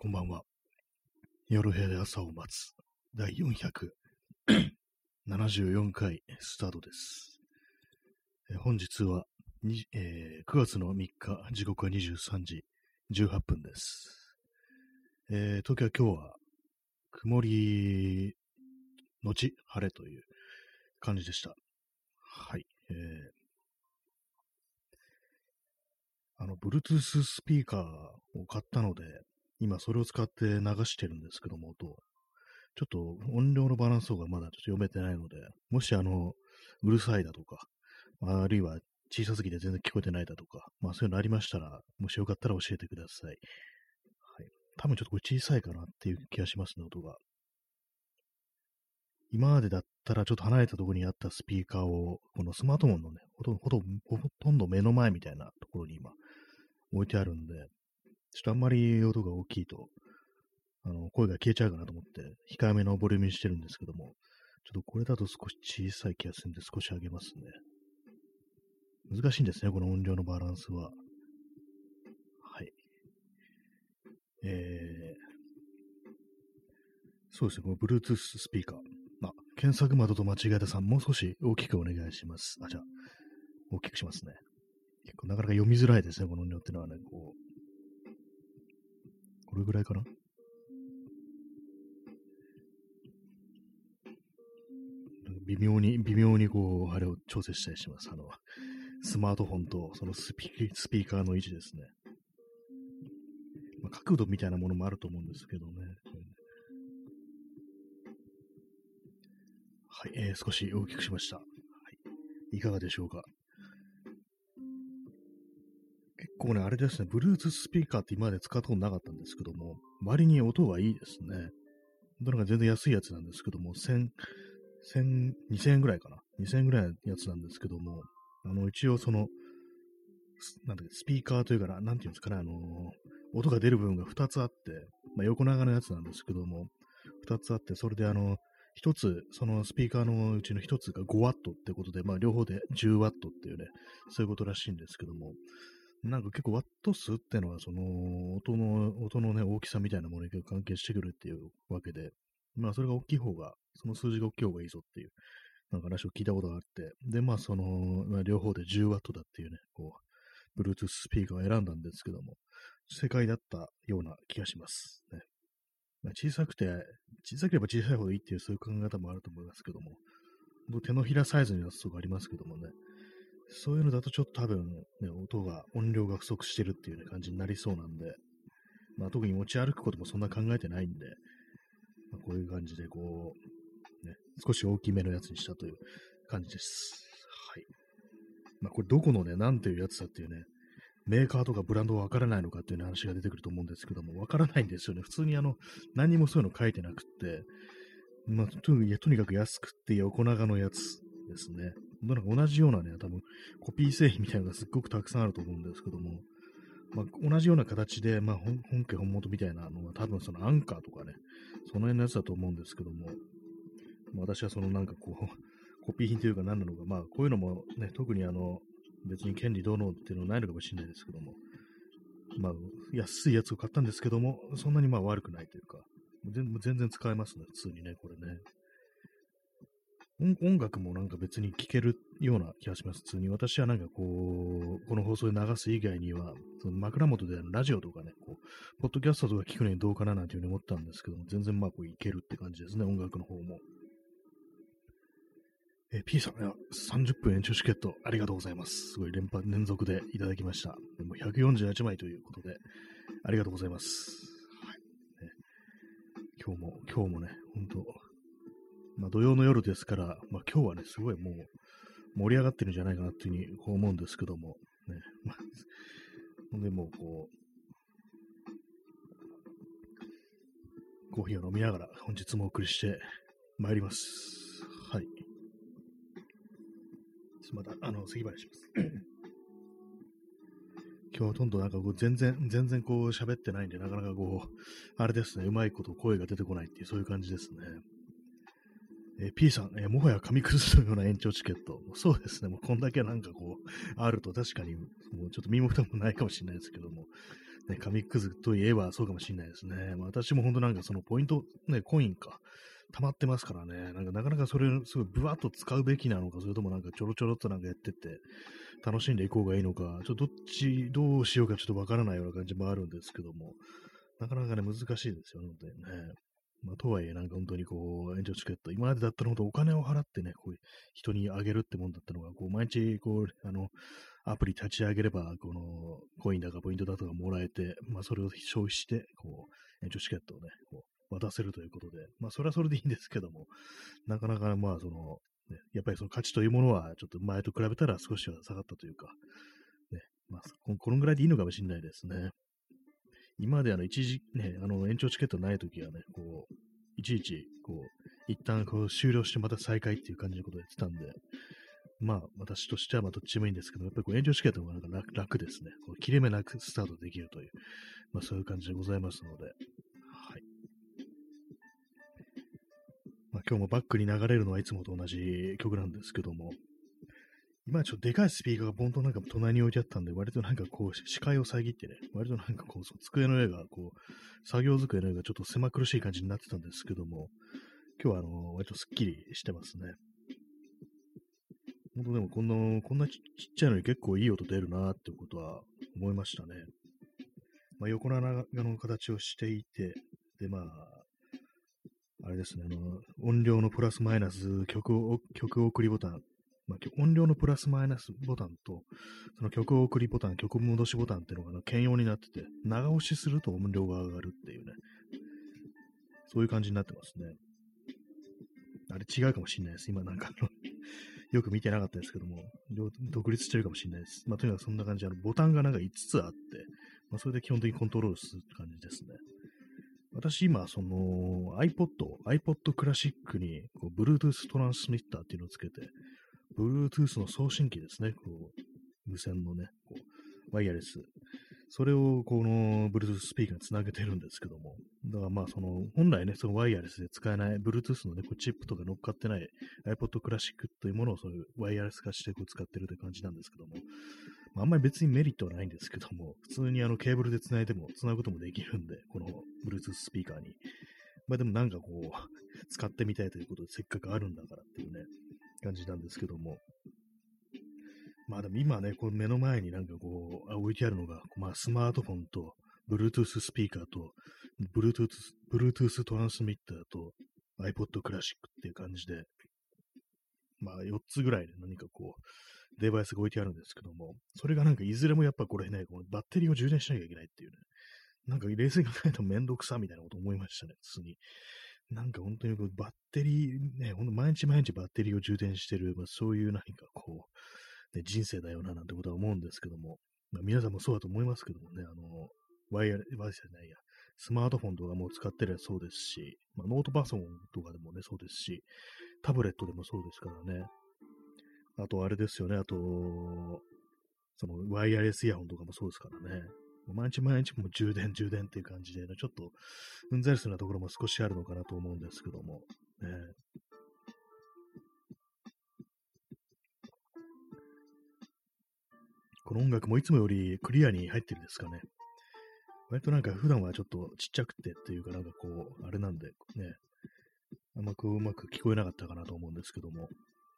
こんばんは。夜部屋で朝を待つ第474回スタートです。本日は9月の3日、時刻は23時18分です。東京は今日は曇りのち晴れという感じでした。はい。Bluetooth スピーカーを買ったので、今それを使って流してるんですけども、音を。ちょっと音量のバランスがまだちょっと読めてないので、もしうるさいだとか、あるいは小さすぎて全然聞こえてないだとか、そういうのありましたら、もしよかったら教えてください。はい。多分ちょっとこれ小さいかなっていう気がしますね、音が。今までだったらちょっと離れたところにあったスピーカーを、このスマートフォンのね、ほとんど目の前みたいなところに今置いてあるんで、ちょっとあんまり音が大きいと、声が消えちゃうかなと思って、控えめのボリュームにしてるんですけども、ちょっとこれだと少し小さい気がするんで少し上げますね。難しいんですね、この音量のバランスは。はい。そうですね、この Bluetooth スピーカー。検索窓と間違えたさん、もう少し大きくお願いします。じゃあ、大きくしますね。結構なかなか読みづらいですね、この音量ってのはね、これぐらいかな。微妙にあれを調整したりします。スマートフォンとそのスピーカーの位置ですね。角度みたいなものもあると思うんですけどね。はい、少し大きくしました。はい、いかがでしょうか。結構ね、あれですね、Bluetooth スピーカーって今まで使ったことなかったんですけども、割に音がいいですね。どれか全然安いやつなんですけども、2000円ぐらいかな。2000円ぐらいのやつなんですけども、一応なんてスピーカーというかなんていうんですかね、音が出る部分が2つあって、横長のやつなんですけども、2つあって、それで1つ、そのスピーカーのうちの1つが5ワットってことで、両方で10ワットっていうね、そういうことらしいんですけども、なんか結構ワット数っていうのは、その音のね、大きさみたいなものに関係してくるっていうわけで、それが大きい方が、その数字が大きい方がいいぞっていう、なんか話を聞いたことがあって、で、両方で10ワットだっていうね、Bluetooth スピーカーを選んだんですけども、正解だったような気がしますね。小さければ小さいほどいいっていうそういう考え方もあると思いますけども、手のひらサイズのやつとかありますけどもね、そういうのだとちょっと多分ね、音量が不足してるっていう、ね、感じになりそうなんで、特に持ち歩くこともそんな考えてないんで、こういう感じで少し大きめのやつにしたという感じです。はい。これどこのね、なんていうやつだっていうね、メーカーとかブランドはわからないのかっていう、話が出てくると思うんですけども、わからないんですよね。普通に何もそういうの書いてなくって、とにかく安くって横長のやつですね。なんか同じようなね、多分コピー製品みたいなのがすっごくたくさんあると思うんですけども、同じような形で、本家本元みたいなのは多分そのアンカーとかね、その辺のやつだと思うんですけども、私はなんかコピー品というか何なのか、こういうのもね、特に別に権利どうのっていうのはないのかもしれないですけども、安いやつを買ったんですけども、そんなに悪くないというか、全然使えますね、普通にね、これね。音楽もなんか別に聴けるような気がします。普通に私はなんかこの放送で流す以外には、その枕元でラジオとかね、ポッドキャストとか聞くのにどうかななんていうふうに思ったんですけども、全然いけるって感じですね、音楽の方も。P さん、30分延長チケットありがとうございます。すごい連続でいただきました。でも148枚ということで、ありがとうございます。はいね、今日もね、本当土曜の夜ですから、今日はね、すごいもう盛り上がってるんじゃないかなっていうふうに思うんですけども、ね、でもコーヒーを飲みながら本日もお送りしてまいります。はい。また、咳払いします。今日はほとんどなんか全然喋ってないんで、なかなかあれですね、うまいこと声が出てこないっていう、そういう感じですね。P さん、もはや紙くずのような延長チケット。そうですね、もうこんだけなんかあると確かに、もうちょっと身も蓋もないかもしれないですけども、 ね、紙くずといえばそうかもしれないですね。まあ、私も本当なんかそのポイント、ね、コインか、溜まってますからね、なんかなかなかそれすごいブワッと使うべきなのか、それともなんかちょろちょろっとなんかやってって楽しんでいこうがいいのか、ちょっとどうしようかちょっとわからないような感じもあるんですけども、なかなかね、難しいですよね、本当にね。まあ、とはいえ、なんか本当にこう、延長チケット、今までだったら本当お金を払ってね、こう、人にあげるってもんだったのが、こう、毎日、こう、アプリ立ち上げれば、この、コインだかポイントだとかもらえて、まあ、それを消費して、こう、延長チケットをね、こう、渡せるということで、まあ、それはそれでいいんですけども、なかなか、まあ、ね、やっぱりその価値というものは、ちょっと前と比べたら少しは下がったというか、ね、まあ、このぐらいでいいのかもしれないですね。今まで一時、ね、延長チケットないときはね、こう、いちいち、こう、一旦こう終了してまた再開っていう感じのことをやってたんで、まあ、私としてはまあどっちもいいんですけど、やっぱりこう延長チケットの方がなんか楽ですね。こう切れ目なくスタートできるという、まあそういう感じでございますので、はい。まあ今日もバックに流れるのはいつもと同じ曲なんですけども、今ちょっとでかいスピーカーがボンとなんか隣に置いてあったんで、割となんかこう視界を遮ってね、割となんかこう机の上がこう、作業机の上がちょっと狭苦しい感じになってたんですけども、今日は割とスッキリしてますね。本当でもこんなちっちゃいのに結構いい音出るなってことは思いましたね。まあ、横長の形をしていて、で、まあ、あれですね、音量のプラスマイナス、曲送りボタン、まあ、音量のプラスマイナスボタンと、その曲送りボタン、曲戻しボタンっていうのが兼用になってて、長押しすると音量が上がるっていうね、そういう感じになってますね。あれ違うかもしれないです。今なんかよく見てなかったですけども、独立してるかもしれないです。まあ、とにかくそんな感じで、ボタンがなんか5つあって、まあ、それで基本的にコントロールする感じですね。私今、iPod クラシックにこう Bluetooth トランスミッターっていうのをつけて、Bluetooth の送信機ですね、こう無線のね、こうワイヤレス。それをこの Bluetooth スピーカーにつなげてるんですけども、だからまあ本来ね、そのワイヤレスで使えない Bluetooth のね、こうチップとか乗っかってない iPod クラシックというものをそういうワイヤレス化してこう使ってるという感じなんですけども、まあ、あんまり別にメリットはないんですけども、普通にケーブルでつないでも、つなぐこともできるんで、この Bluetooth スピーカーに。まあでもなんかこう、使ってみたいということで、せっかくあるんだからっていうね、感じなんですけども。まあでも今ね、こう目の前になんかこう、置いてあるのが、まあスマートフォンと、Bluetooth スピーカーと、Bluetooth トランスミッターと、iPod クラシックっていう感じで、まあ4つぐらいで何かこう、デバイスが置いてあるんですけども、それがなんかいずれもやっぱこれね、このバッテリーを充電しなきゃいけないっていうね、なんか冷静に考えるとめんどくさみたいなこと思いましたね、普通に。なんか本当にこうバッテリー、ね、ほんと毎日毎日バッテリーを充電してる、まあ、そういう何かこう、ね、人生だよななんてことは思うんですけども、まあ、皆さんもそうだと思いますけどもね、ワイヤレスじゃないや、スマートフォンとかも使ってるそうですし、まあ、ノートパソコンとかでもね、そうですし、タブレットでもそうですからね。あと、あれですよね。あと、そのワイヤレスイヤホンとかもそうですからね。毎日毎日もう充電っていう感じで、ね、ちょっとうんざりするようなところも少しあるのかなと思うんですけども。ね、この音楽もいつもよりクリアに入ってるんですかね。割となんか普段はちょっとちっちゃくてっていうかなんかこう、あれなんでね、あんまうまく聞こえなかったかなと思うんですけども。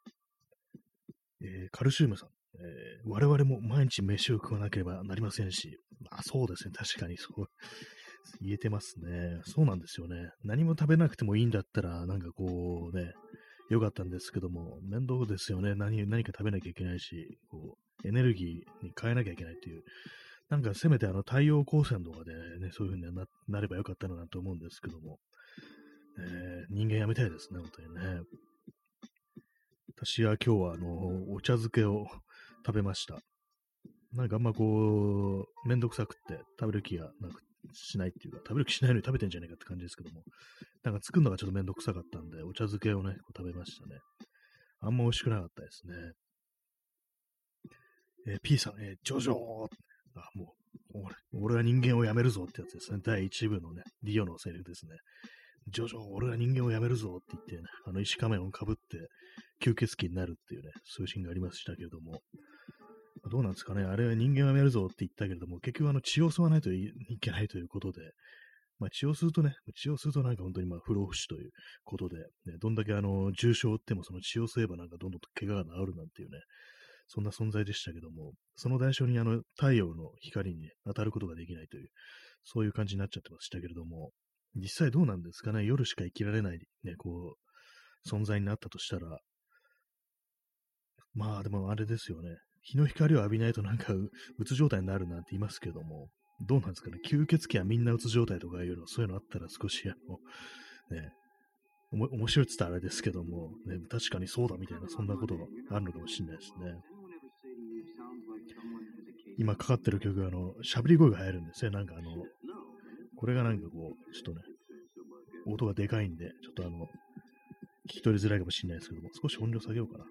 カルシウムさん。我々も毎日飯を食わなければなりませんし、あ、そうですね。確かにそう言えてますね。そうなんですよね。何も食べなくてもいいんだったら、なんかこうね、よかったんですけども、面倒ですよね。何か食べなきゃいけないし、こう、エネルギーに変えなきゃいけないっていう。なんかせめて太陽光線とかでね、そういう風になればよかったのなと思うんですけども、人間やめたいですね、本当にね。私は今日はお茶漬けを食べました。なんかあんまこう、めんどくさくって食べる気がしないっていうか、食べる気しないのに食べてんじゃないかって感じですけども、なんか作るのがちょっとめんどくさかったんで、お茶漬けをね、こう食べましたね。あんま美味しくなかったですね。P さん、ジョジョーあ、もう、俺は人間をやめるぞってやつですね。第1部のね、ディオのセリフですね。ジョジョ、俺は人間をやめるぞって言ってね、石仮面をかぶって吸血鬼になるっていうね、そういうシーンがありましたけれども、 どうなんですかね。あれは人間はやめるぞって言ったけれども、結局血を吸わないといけないということで、血を吸うとね、血を吸うとなんか本当に不老不死ということで、ね、どんだけ重傷を負ってもその血を吸えばなんかどんどん怪我が治るなんていうね、そんな存在でしたけども、その代償に太陽の光に、ね、当たることができないという、そういう感じになっちゃってましたけれども、実際どうなんですかね。夜しか生きられない、ね、存在になったとしたら、でもあれですよね。日の光を浴びないとなんかうつ状態になるなんて言いますけども、どうなんですかね。吸血鬼はみんなうつ状態とかいうの、そういうのあったら少しね、面白いって言ったらあれですけども、ね、確かにそうだみたいな、そんなことがあるのかもしれないですね。今かかってる曲が喋り声が入るんですよ。なんかこれがなんかちょっとね、音がでかいんで、ちょっと聞き取りづらいかもしれないですけども、少し音量下げようかな。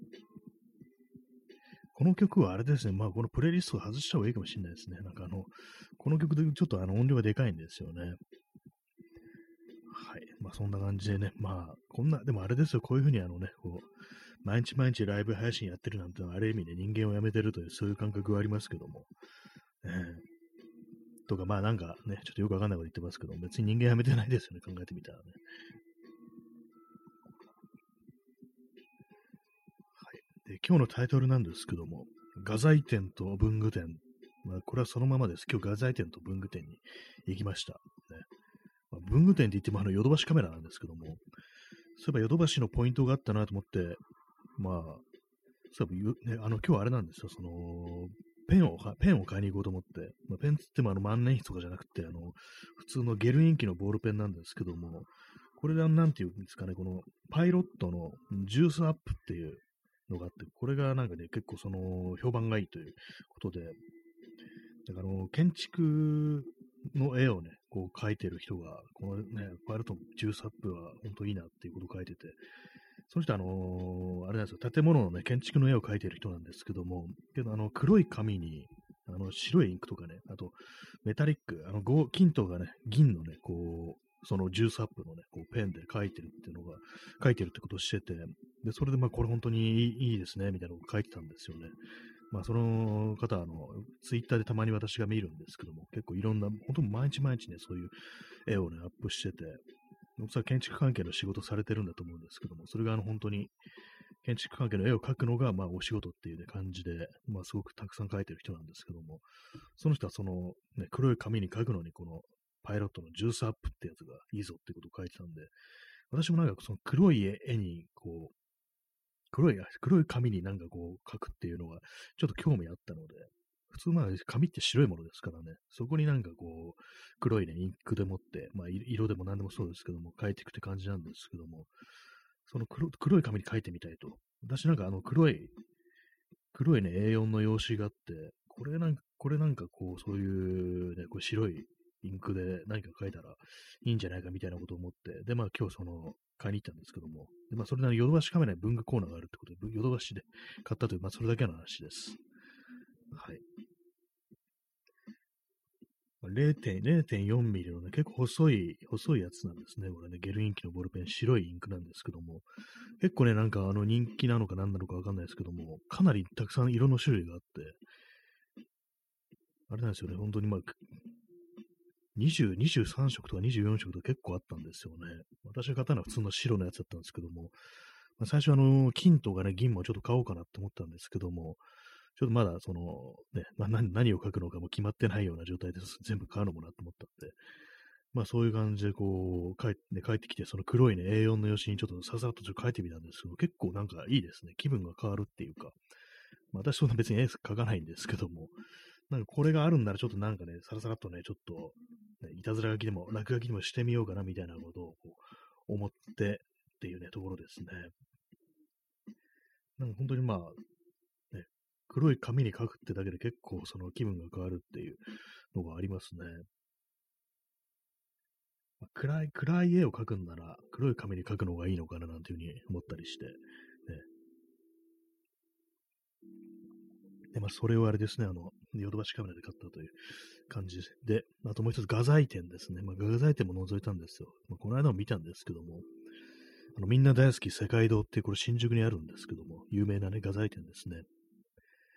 この曲はあれですね、このプレイリストを外した方がいいかもしれないですね。なんかこの曲でちょっと音量がでかいんですよね。はい。そんな感じでね、でもあれですよ、こういうふうに毎日毎日ライブ配信やってるなんてのは、ある意味ね、人間を辞めてるという、そういう感覚はありますけども、とか、なんかね、ちょっとよくわかんないこと言ってますけど、別に人間辞めてないですよね、考えてみたらね。はい。で、今日のタイトルなんですけども、画材店と文具店。これはそのままです。今日画材店と文具店に行きました。ね。文具店って言ってもヨドバシカメラなんですけども、そういえばヨドバシのポイントがあったなと思って、そういえば、ね、今日あれなんですよ、ペンを買いに行こうと思って、ペンって言っても万年筆とかじゃなくて、普通のゲルインキのボールペンなんですけども、これがなんていうんですかね、このパイロットのジュースアップっていうのがあって、これがなんかね、結構評判がいいということで、だから建築の絵をね、描いてる人が、このね、パイロットのジュースアップは本当いいなっていうことを書いてて、その人あれなんですよ、建物のね、建築の絵を描いてる人なんですけども、黒い紙に、白いインクとかね、あと、メタリック、金とかね、銀のね、そのジュースアップのね、ペンで描いてるっていうのが、描いてるってことをしてて、で、それでこれ本当にいいですね、みたいなのを書いてたんですよね。その方ツイッターでたまに私が見るんですけども、結構いろんな、本当毎日毎日ね、そういう絵をね、アップしてて、おそらく建築関係の仕事されてるんだと思うんですけども、それが本当に建築関係の絵を描くのが、お仕事っていう、ね、感じで、すごくたくさん描いてる人なんですけども、その人はね、黒い紙に描くのに、このパイロットのジュースアップってやつがいいぞってことを書いてたんで、私もなんかその黒い絵に、黒い紙になんか描くっていうのが、ちょっと興味あったので、普通紙って白いものですからね、そこになんか黒いね、インクでもって、色でも何でもそうですけども、描いていくって感じなんですけども、その黒い紙に書いてみたいと。私なんか黒いね、A4 の用紙があって、これなんかそういうね、白いインクで何か書いたらいいんじゃないかみたいなことを思って、で、今日買いに行ったんですけども、で、それなりにヨドバシカメラに文具コーナーがあるってことで、ヨドバシで買ったという、それだけの話です。はい。0.4ミリのね、結構細いやつなんですね。これね、ゲルインキのボールペン、白いインクなんですけども、結構ね、なんか人気なのか何なのかわかんないですけども、かなりたくさん色の種類があって、あれなんですよね、本当に23色とか24色とか結構あったんですよね。私が買ったのは普通の白のやつだったんですけども、最初金とかね、銀もちょっと買おうかなって思ったんですけども、ちょっとまだね、何を書くのかも決まってないような状態です。全部買うのもなと思ったんで、そういう感じで帰ってきて、その黒いね、A4 の用紙にちょっとささっとちょっと書いてみたんですけど、結構なんかいいですね。気分が変わるっていうか、私そんな別に絵描かないんですけども、なんかこれがあるんならちょっとなんかね、さらさらっとね、ちょっと、ね、いたずら書きでも、落書きでもしてみようかなみたいなことを思ってっていうね、ところですね。なんか本当にね、黒い紙に書くってだけで結構その気分が変わるっていうのがありますね。暗い絵を描くんなら黒い紙に描くのがいいのかななんていうふうに思ったりして、ね。で、それをあれですね、ヨドバシカメラで買ったという感じで、あともう一つ画材店ですね。画材店も覗いたんですよ。この間も見たんですけども、みんな大好き世界堂ってこれ新宿にあるんですけども、有名なね、画材店ですね。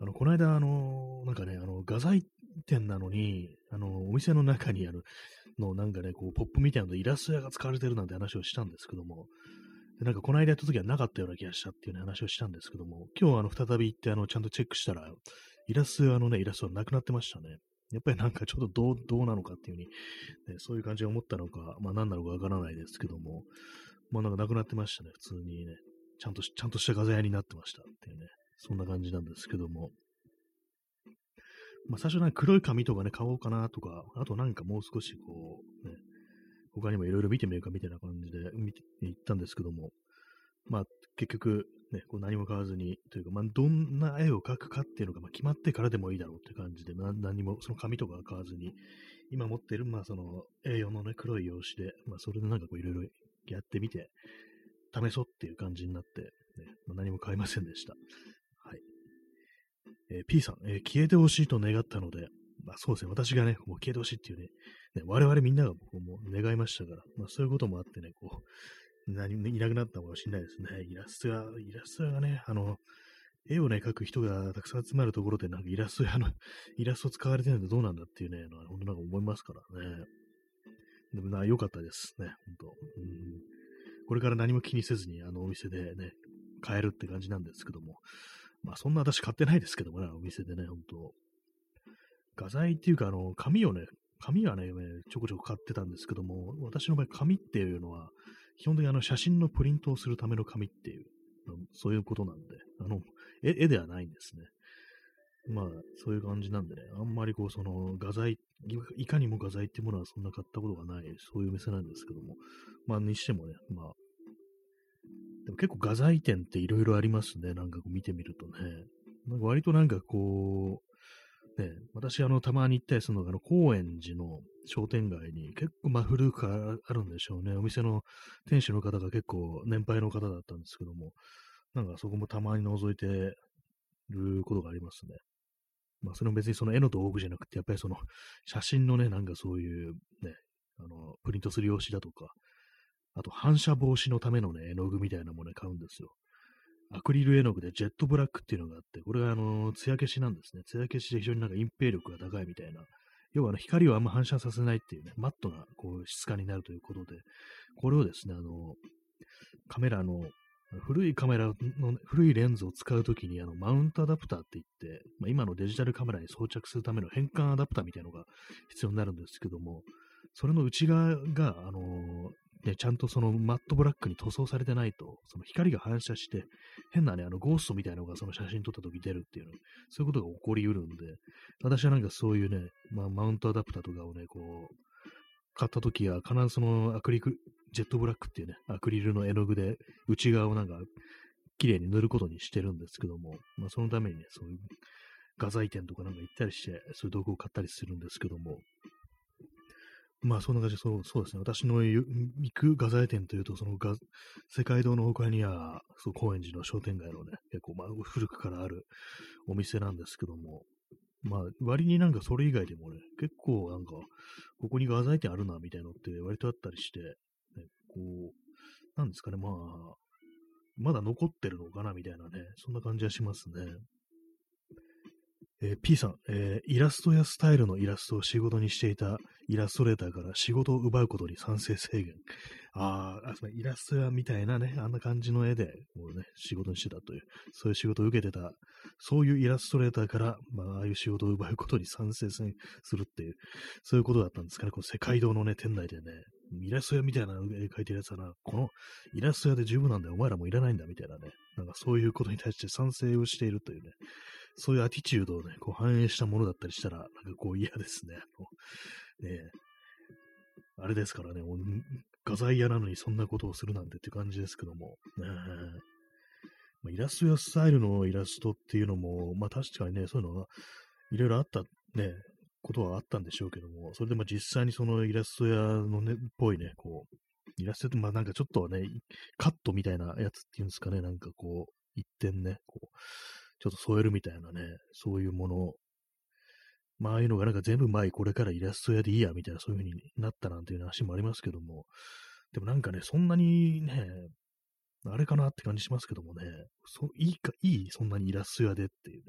この間、なんかね、画材店なのに、お店の中になんかね、こう、ポップみたいなのでイラスト屋が使われてるなんて話をしたんですけども、でなんかこの間やった時はなかったような気がしたっていうね話をしたんですけども、今日再び行ってちゃんとチェックしたら、イラスト屋のね、イラストはなくなってましたね。やっぱりなんかちょっとどうなのかっていう風に、ね、そういう感じで思ったのか、まあ何なのかわからないですけども、まあなんかなくなってましたね、普通にね。ちゃんとした画材屋になってましたっていうね、そんな感じなんですけども。まあ最初なんか黒い紙とかね、買おうかなとか、あとなんかもう少しこう、ね、他にもいろいろ見てみるかみたいな感じで見て行ったんですけども、まあ結局ね、こう何も買わずに、というか、まあどんな絵を描くかっていうのが、まあ、決まってからでもいいだろうって感じで、何もその紙とかは買わずに、今持ってる、まあその A4 のね、黒い用紙で、まあそれでなんかこういろいろやってみて、試そうっていう感じになって、ね、まあ、何も買いませんでした。はい。P さん、消えてほしいと願ったので、まあそうですね、私がね、もう消えてほしいっていうね、我々みんながこうもう願いましたから、まあそういうこともあってね、こう、何もいなくなったかもしれないですね。イラスト屋がね、絵をね、描く人がたくさん集まるところで、なんかイラスト使われてるのでどうなんだっていうね、本当なんか思いますからね。でも良かったですね、本当。これから何も気にせずに、お店でね、買えるって感じなんですけども、まあそんな私買ってないですけどもね、お店でね、本当画材っていうか、紙はね、ちょこちょこ買ってたんですけども、私の場合、紙っていうのは、基本的に写真のプリントをするための紙っていう、そういうことなんで、絵ではないんですね。まあ、そういう感じなんでね、あんまりこう、その画材、いかにも画材っていうものはそんな買ったことがない、そういうお店なんですけども、まあ、にしてもね、まあ、でも結構画材店っていろいろありますね、なんかこう見てみるとね。なんか割となんかこう、ね、私たまに行ったりするのが、高円寺の商店街に結構まあ古くからあるんでしょうね。お店の店主の方が結構年配の方だったんですけども、なんかそこもたまに覗いてることがありますね。まあそれも別にその絵の道具じゃなくて、やっぱりその写真のね、なんかそういうね、プリントする用紙だとか、あと反射防止のためのね、絵の具みたいなものね、買うんですよ。アクリル絵の具でジェットブラックっていうのがあって、これが艶消しなんですね。艶消しで非常になんか隠蔽力が高いみたいな。要は光をあんま反射させないっていうね、マットなこう質感になるということで、これをですね、カメラの、古いカメラの、古いレンズを使うときに、マウントアダプターって言って、まあ、今のデジタルカメラに装着するための変換アダプターみたいなのが必要になるんですけども、それの内側が、ね、ちゃんとそのマットブラックに塗装されてないと、その光が反射して、変なね、ゴーストみたいなのがその写真撮った時出るっていう、そういうことが起こりうるんで、私はなんかそういうね、まあ、マウントアダプターとかをね、こう、買った時は必ずそのジェットブラックっていうね、アクリルの絵の具で内側をなんか綺麗に塗ることにしてるんですけども、まあそのためにね、そういう画材店とかなんか行ったりして、そういう道具を買ったりするんですけども、まあ、そんな感じで、そうですね。私の行く画材店というと、世界堂の他には、そう高円寺の商店街のね、結構、まあ、古くからあるお店なんですけども、まあ、割になんかそれ以外でもね、結構なんか、ここに画材店あるな、みたいなのって割とあったりして、ね、こう、なんですかね、まあ、まだ残ってるのかな、みたいなね、そんな感じはしますね。P さん、イラストやスタイルのイラストを仕事にしていたイラストレーターから仕事を奪うことに賛成制限。そのイラスト屋みたいなね、あんな感じの絵で、もうね、仕事にしてたという、そういう仕事を受けてた、そういうイラストレーターから、まあ、ああいう仕事を奪うことに賛成するっていう、そういうことだったんですかね、この世界堂のね、店内でね、イラスト屋みたいな絵描いてるやつはな、このイラスト屋で十分なんだよ、お前らもいらないんだ、みたいなね、なんかそういうことに対して賛成をしているというね、そういうアティチュードをね、こう反映したものだったりしたら、なんかこう嫌ですね。ねあれですからね、もう画材屋なのにそんなことをするなんてって感じですけども、まあ、イラストやスタイルのイラストっていうのも、まあ確かにね、そういうのがいろいろあったね、ことはあったんでしょうけども、それでまあ実際にそのイラスト屋のね、っぽいね、こう、イラストってまあなんかちょっとね、カットみたいなやつっていうんですかね、なんかこう、一点ね、こう、ちょっと添えるみたいなね、そういうもの、まあああいうのがなんか全部前これからイラスト屋でいいやみたいなそういう風になったなんていう話もありますけども、でもなんかね、そんなにね、あれかなって感じしますけどもね、いい、そんなにイラスト屋でっていうね、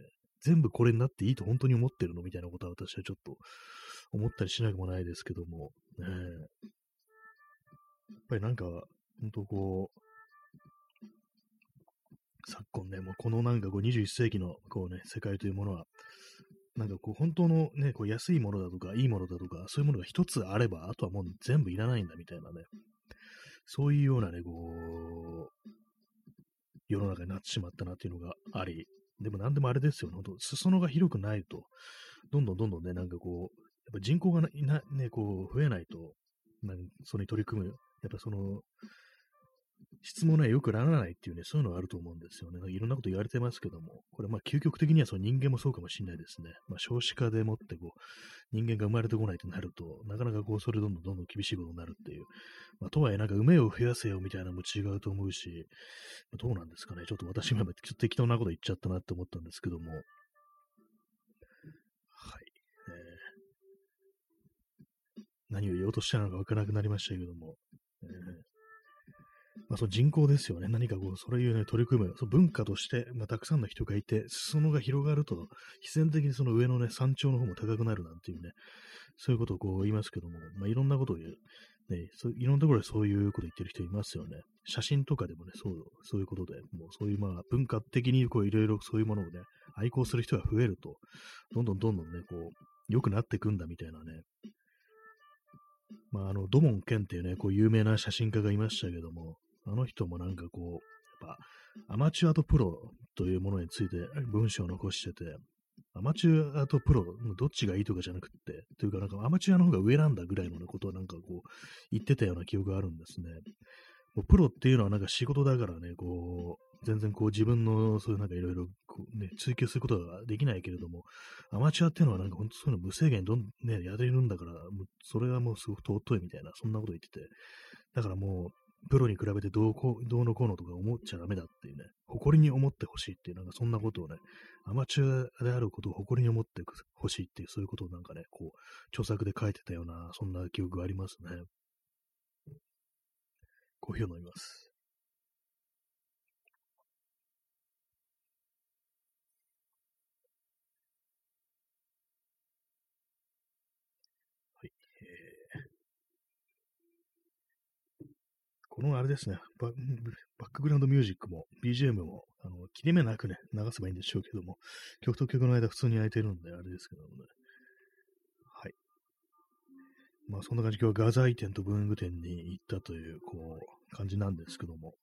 全部これになっていいと本当に思ってるのみたいなことは私はちょっと思ったりしなくもないですけども、ねえ、やっぱりなんか、本当こう、昨今ね、もうこのなんかこう21世紀のこうね、世界というものは、なんかこう本当のね、こう安いものだとかいいものだとか、そういうものが一つあれば、あとはもう全部いらないんだみたいなね、そういうようなね、こう、世の中になってしまったなっていうのがあり、でも何でもあれですよね、本当裾野が広くないと、どんどんね、なんかこう、やっぱ人口がね、こう増えないと、それに取り組む、やっぱその質もね、よくならないっていうね、そういうのがあると思うんですよね。いろんなこと言われてますけども、これまあ究極的にはその人間もそうかもしれないですね。まあ少子化でもってこう、人間が生まれてこないとなると、なかなかこう、それどんどん厳しいことになるっていう。まあとはいえなんか梅を増やせよみたいなのも違うと思うし、どうなんですかね。ちょっと私も今ちょっと適当なこと言っちゃったなって思ったんですけども、はい。何を言おうとしたのかわからなくなりましたけども、まあ、その人口ですよね。何かこう、そういうね、取り組む、その文化として、まあ、たくさんの人がいて、裾野が広がると、必然的にその上のね、山頂の方も高くなるなんていうね、そういうことをこう言いますけども、まあ、いろんなことを言う、ね、いろんなところでそういうことを言ってる人いますよね。写真とかでもね、そういうことで、もうそういうまあ、文化的にこう、いろいろそういうものをね、愛好する人が増えると、どんどんね、こう、良くなっていくんだみたいなね、まあ、土門健っていうね、こう、有名な写真家がいましたけども、あの人もなんかこう、やっぱ、アマチュアとプロというものについて文章を残してて、アマチュアとプロ、どっちがいいとかじゃなくって、というかなんかアマチュアの方が上なんだぐらいの、ね、ことをなんかこう、言ってたような記憶があるんですね。もうプロっていうのはなんか仕事だからね、こう、全然こう自分のそういうなんかいろいろね、追求することができないけれども、アマチュアっていうのはなんか本当そういうの無制限にね、やれるんだから、もうそれはもうすごく尊いみたいな、そんなこと言ってて、だからもう、プロに比べてどうのこうのとか思っちゃダメだっていうね、誇りに思ってほしいっていう、なんかそんなことをね、アマチュアであることを誇りに思ってほしいっていう、そういうことをなんかね、こう、著作で書いてたような、そんな記憶がありますね。コーヒーを飲みます。はい。このあれですね、バックグラウンドミュージックも BGM も切れ目なくね、流せばいいんでしょうけども、曲と曲の間普通に空いてるんであれですけどもね。はい。まあそんな感じ、今日は画材店と文具店に行ったという、こう、感じなんですけども、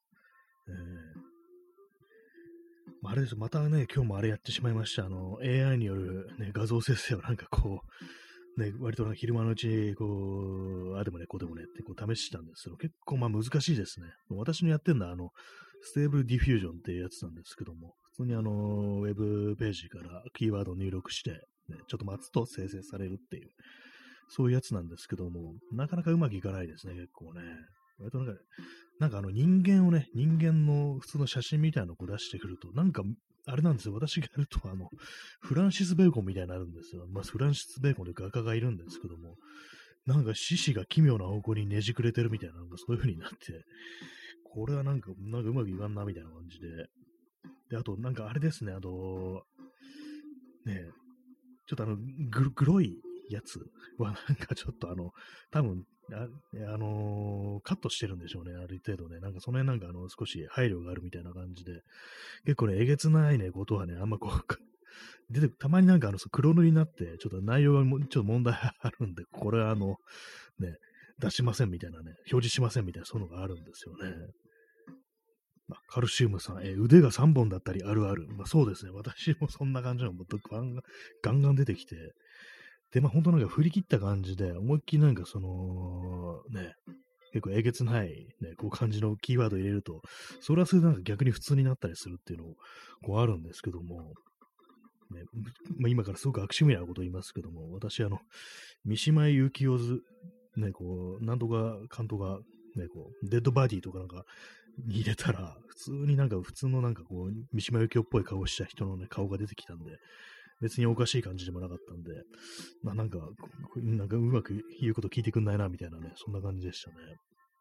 まああれです、またね、今日もあれやってしまいました。AI による、ね、画像生成をなんかこう、ね、割となんか昼間のうちに、こう、あでもね、こうでもねってこう試してたんですけど、結構まあ難しいですね。私のやってるのは、ステーブルディフュージョンっていうやつなんですけども、普通にウェブページからキーワードを入力して、ね、ちょっと待つと生成されるっていう、そういうやつなんですけども、なかなかうまくいかないですね、結構ね。割となんか人間をね、人間の普通の写真みたいなのを出してくると、なんか、あれなんですよ、私がやると、フランシス・ベーコンみたいになるんですよ。まあ、フランシス・ベーコンという画家がいるんですけども、なんか獅子が奇妙な方向にねじくれてるみたいな、なんかそういう風になって、これはなんかうまくいかんなみたいな感じで。で、あと、なんかあれですね、ね、ちょっと黒いやつはなんかちょっと多分、カットしてるんでしょうね、ある程度ね。なんかその辺なんか少し配慮があるみたいな感じで、結構ね、えげつないね、ことはね、あんまこう、たまになんか黒塗りになって、ちょっと内容がちょっと問題あるんで、これはね、出しませんみたいなね、表示しませんみたいな、そういうのがあるんですよね。まあ、カルシウムさん、腕が3本だったりあるある。まあそうですね、私もそんな感じのもガンガン出てきて、で、まあ本当なんか振り切った感じで、思いっきりなんかね、結構えげつない、ね、こう感じのキーワード入れると、それはそれでなんか逆に普通になったりするっていうのも、こうあるんですけども、ね、まあ、今からすごく悪趣味なことを言いますけども、私、三島由紀夫図、ね、こう、なんとか、かんとか、ね、こう、デッドバディとかなんか入れたら、普通になんか、普通のなんかこう、三島由紀夫っぽい顔した人のね、顔が出てきたんで、別におかしい感じでもなかったんで、まあなんかうまく言うこと聞いてくんないな、みたいなね、そんな感じでしたね。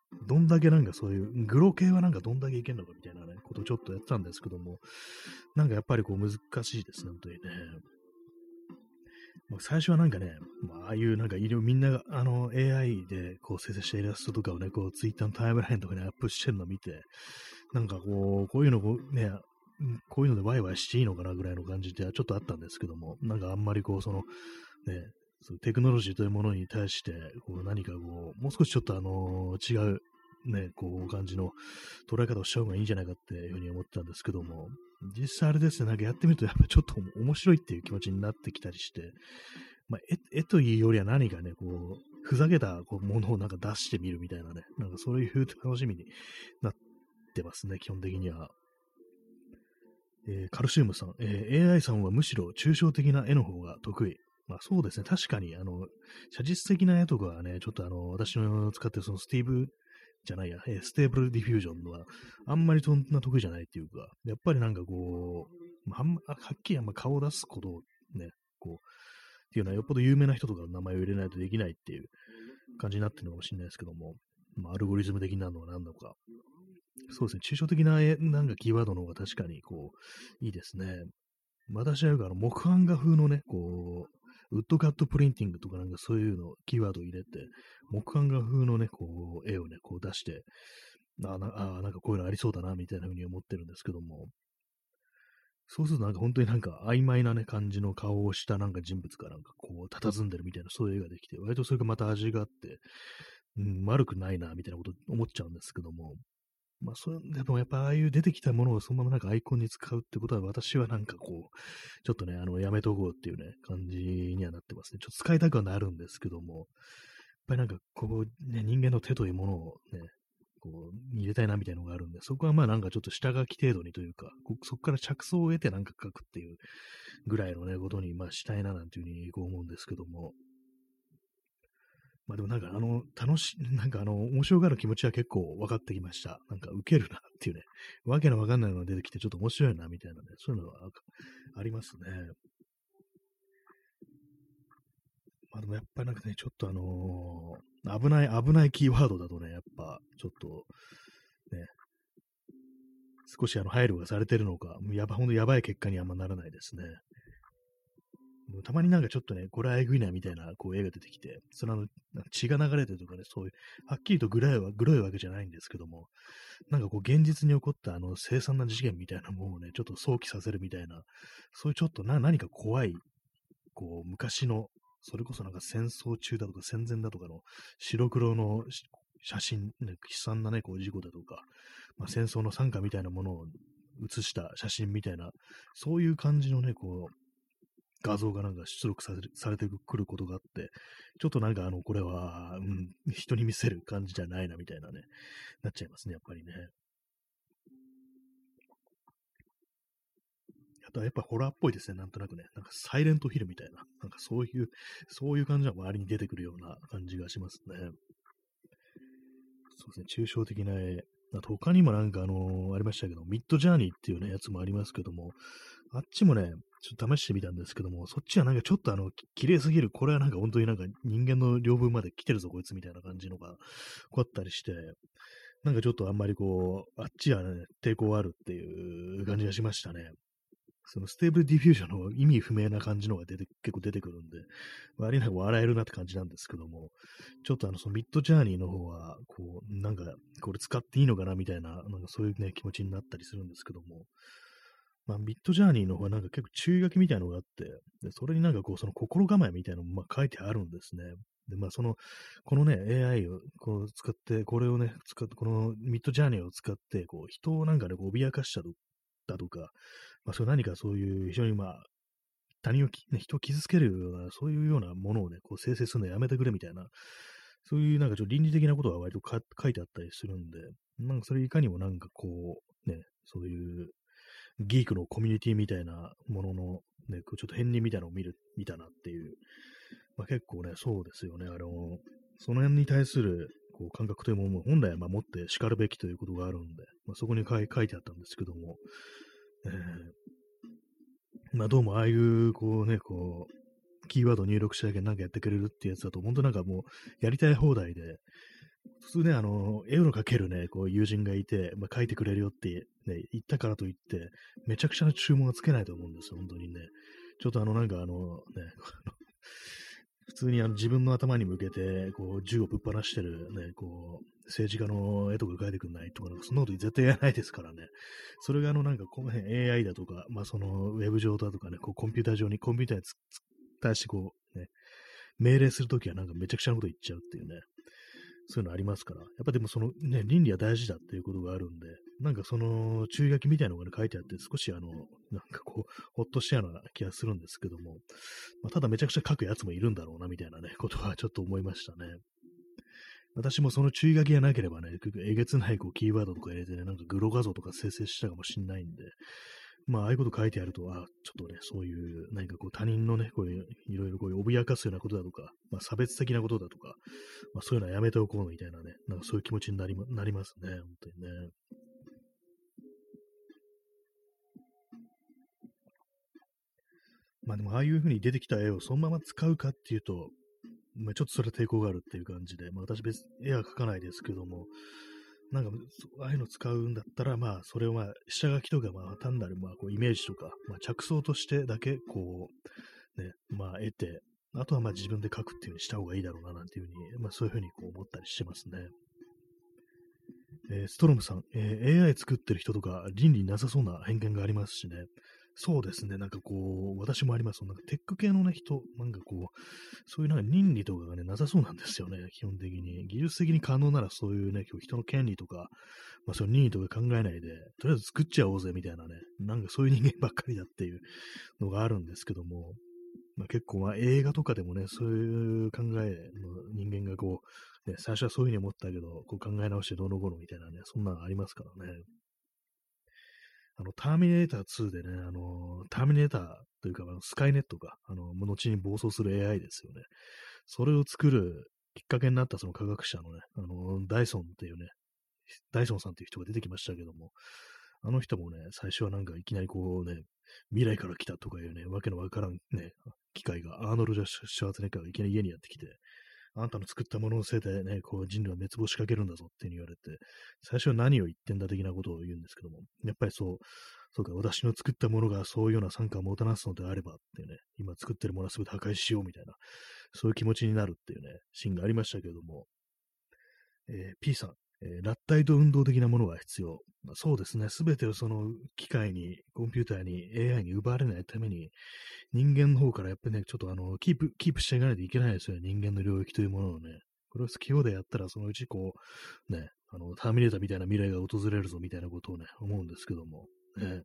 どんだけなんかそういう、グロ系はなんかどんだけいけんのかみたいなね、ことをちょっとやってたんですけども、なんかやっぱりこう難しいですね、本当にね。まあ、最初はなんかね、まあ、ああいうなんかみんながAI でこう生成したイラストとかをね、こうツイッターのタイムラインとかにアップしてるのを見て、なんかこういうのね、こういうのでワイワイしていいのかなぐらいの感じではちょっとあったんですけども、なんかあんまりこうね、そのテクノロジーというものに対して、こう何かこう、もう少しちょっと違う、ね、こう感じの捉え方をした方がいいんじゃないかっていうふうに思ってたんですけども、実際あれですね、なんかやってみるとやっぱちょっと面白いっていう気持ちになってきたりして、まあ、絵というよりは何かね、こう、ふざけたこうものをなんか出してみるみたいなね、なんかそういう楽しみになってますね、基本的には。カルシウムさん、AI さんはむしろ抽象的な絵の方が得意。まあそうですね、確かに、写実的な絵とかはね、ちょっと私の使ってるそのスティーブじゃないや、ステーブルディフュージョンは、あんまりそんな得意じゃないっていうか、やっぱりなんかこう、はっきりあんま顔を出すことをね、こう、っていうのはよっぽど有名な人とかの名前を入れないとできないっていう感じになってるのかもしれないですけども、まあ、アルゴリズム的なのは何なのか。そうですね、抽象的ななんかキーワードの方が確かにこう、いいですね。私はよく木版画風のね、こう、ウッドカットプリンティングとかなんかそういうの、キーワードを入れて、木版画風のね、こう、絵をね、こう出して、なんかこういうのありそうだな、みたいな風に思ってるんですけども、そうするとなんか本当になんか曖昧なね、感じの顔をしたなんか人物がなんかこう、佇んでるみたいな、そういう絵ができて、割とそれがまた味があって、うん、悪くないな、みたいなこと思っちゃうんですけども、まあ、でもやっぱああいう出てきたものをそのままなんかアイコンに使うってことは、私はなんかこう、ちょっとね、やめとこうっていうね、感じにはなってますね。ちょっと使いたくはなるんですけども、やっぱりなんかこう、ね、人間の手というものをね、こう、入れたいなみたいなのがあるんで、そこはまあなんかちょっと下書き程度にというか、そこから着想を得てなんか書くっていうぐらいのね、ことにまあしたいななんていうふうにこう思うんですけども、まあでもなんかなんか面白がる気持ちは結構分かってきました。なんかウケるなっていうね、わけのわかんないのが出てきてちょっと面白いなみたいなね、そういうのはありますね。まあでもやっぱりなんかね、ちょっと危ないキーワードだとね、やっぱちょっとね、少し配慮がされてるのか、ほんとやばい結果にあんまならないですね。たまになんかちょっとね、これはえぐいなみたいなこう絵が出てきて、そのなんか血が流れてるとかね、そういう、はっきりとグロいわけじゃないんですけども、なんかこう現実に起こった凄惨な事件みたいなものをね、ちょっと想起させるみたいな、そういうちょっと何か怖い、こう昔の、それこそなんか戦争中だとか戦前だとかの白黒の写真、ね、悲惨なね、こう事故だとか、まあ、戦争の惨禍みたいなものを写した写真みたいな、そういう感じのね、こう、画像がなんか出力されてくることがあって、ちょっとなんかこれは、うん、人に見せる感じじゃないなみたいなね、なっちゃいますね、やっぱりね。あとはやっぱホラーっぽいですね、なんとなくね。なんかサイレントヒルみたいな、なんかそういう感じが周りに出てくるような感じがしますね。そうですね、抽象的な絵。あと他にもなんかありましたけど、ミッドジャーニーっていうね、やつもありますけども、あっちもね、ちょっと試してみたんですけども、そっちはなんかちょっと綺麗すぎる。これはなんか本当になんか人間の領分まで来てるぞ、こいつみたいな感じのが、こうあったりして、なんかちょっとあんまりこう、あっちはね、抵抗あるっていう感じがしましたね。そのステーブルディフュージョンの意味不明な感じのが結構出てくるんで、割になんか笑えるなって感じなんですけども、ちょっとそのミッドジャーニーの方は、こう、なんか、これ使っていいのかなみたいな、なんかそういうね、気持ちになったりするんですけども、まあ、ミッドジャーニーの方はなんか結構注意書きみたいなのがあって、でそれになんかこう、その心構えみたいなのもまあ書いてあるんですね。で、まあ、このね、AI をこう使って、これをね、このミッドジャーニーを使って、こう、人をなんかね、こう脅かしただとか、まあ、何かそういう非常にまあ、人を傷つけるような、そういうようなものをね、こう生成するのやめてくれみたいな、そういうなんかちょっと倫理的なことが割と書いてあったりするんで、なんかそれいかにもなんかこう、ね、そういうギークのコミュニティみたいなものの、ね、こうちょっと片鱗みたいなのを見たなっていう、まあ、結構ね、そうですよね、その辺に対するこう感覚というものも本来は持って叱るべきということがあるんで、まあ、そこに書いてあったんですけども、まあどうもああいう、こうね、こう、キーワード入力しただけでなんかやってくれるってやつだと、本当なんかもうやりたい放題で、 普通ね、絵を描けるね、こう友人がいて、まあ、描いてくれるよって、ね、言ったからといって、めちゃくちゃな注文はつけないと思うんですよ、本当にね。ちょっとなんかね、普通に自分の頭に向けて、こう、銃をぶっ放してるね、こう、政治家の絵とか描いてくんないとか、なんかそんなこと絶対言わないですからね。それがなんかこの辺 AI だとか、まあそのウェブ上だとかね、こうコンピューター上にコンピューターに対してこう、ね、命令するときはなんかめちゃくちゃなこと言っちゃうっていうね、そういうのありますから、やっぱでもそのね、倫理は大事だっていうことがあるんで、なんかその注意書きみたいなのが、ね、書いてあって、少しなんかこう、ほっとしたような気がするんですけども、まあ、ただめちゃくちゃ書くやつもいるんだろうな、みたいなね、ことはちょっと思いましたね。私もその注意書きがなければね、えげつないこうキーワードとか入れてね、なんかグロ画像とか生成したかもしんないんで、まあ、ああいうこと書いてあると、ちょっとね、そういう、何かこう他人のね、こういう、いろいろこういう脅かすようなことだとか、まあ、差別的なことだとか、まあ、そういうのはやめておこうみたいなね、なんかそういう気持ちになりますね、本当にね。まあでも、ああいう風に出てきた絵をそのまま使うかっていうと、まあ、ちょっとそれは抵抗があるっていう感じで、まあ私別に絵は描かないですけども、なんか、ああいうの使うんだったら、まあ、それをまあ、下書きとか、まあ、単なる、まあ、こう、イメージとか、まあ、着想としてだけ、こう、ね、まあ、得て、あとはまあ、自分で書くっていう風にした方がいいだろうな、なんていう風に、まあ、そういう風にこう思ったりしてますね。ストロムさん、AI 作ってる人とか倫理なさそうな偏見がありますしね。そうですね。なんかこう、私もあります。なんかテック系のね、人、なんかこう、そういうなんか倫理とかがね、なさそうなんですよね。基本的に。技術的に可能ならそういうね、人の権利とか、まあそういう任意とか考えないで、とりあえず作っちゃおうぜみたいなね、なんかそういう人間ばっかりだっていうのがあるんですけども、まあ、結構まあ映画とかでもね、そういう考えの人間がこう、ね、最初はそういうふうに思ったけど、こう考え直してどうのこうのみたいなね、そんなのありますからね。ターミネーター2でね、ターミネーターというか、スカイネットか、後に暴走する AI ですよね。それを作るきっかけになったその科学者のね、ダイソンっていうね、ダイソンさんっていう人が出てきましたけども、あの人もね、最初はなんかいきなりこうね、未来から来たとかいうね、わけのわからんね、機械が、アーノルド・シュワーツェネッガーがいきなり家にやってきて、あんたの作ったもののせいでね、こう人類は滅亡しかけるんだぞっていうふうに言われて、最初は何を言ってんだ的なことを言うんですけども、やっぱりそうか、私の作ったものがそういうような惨禍をもたらすのであればっていうね、今作ってるものは全て破壊しようみたいな、そういう気持ちになるっていうね、シーンがありましたけども、P さん、ラッタイと運動的なものが必要。まあ、そうですね。すべてをその機械に、コンピューターに、AI に奪われないために、人間の方からやっぱりね、ちょっとキープしていかないといけないですよね。人間の領域というものをね。これを好き放題やったら、そのうちこう、ね、ターミネーターみたいな未来が訪れるぞみたいなことをね、思うんですけども。ね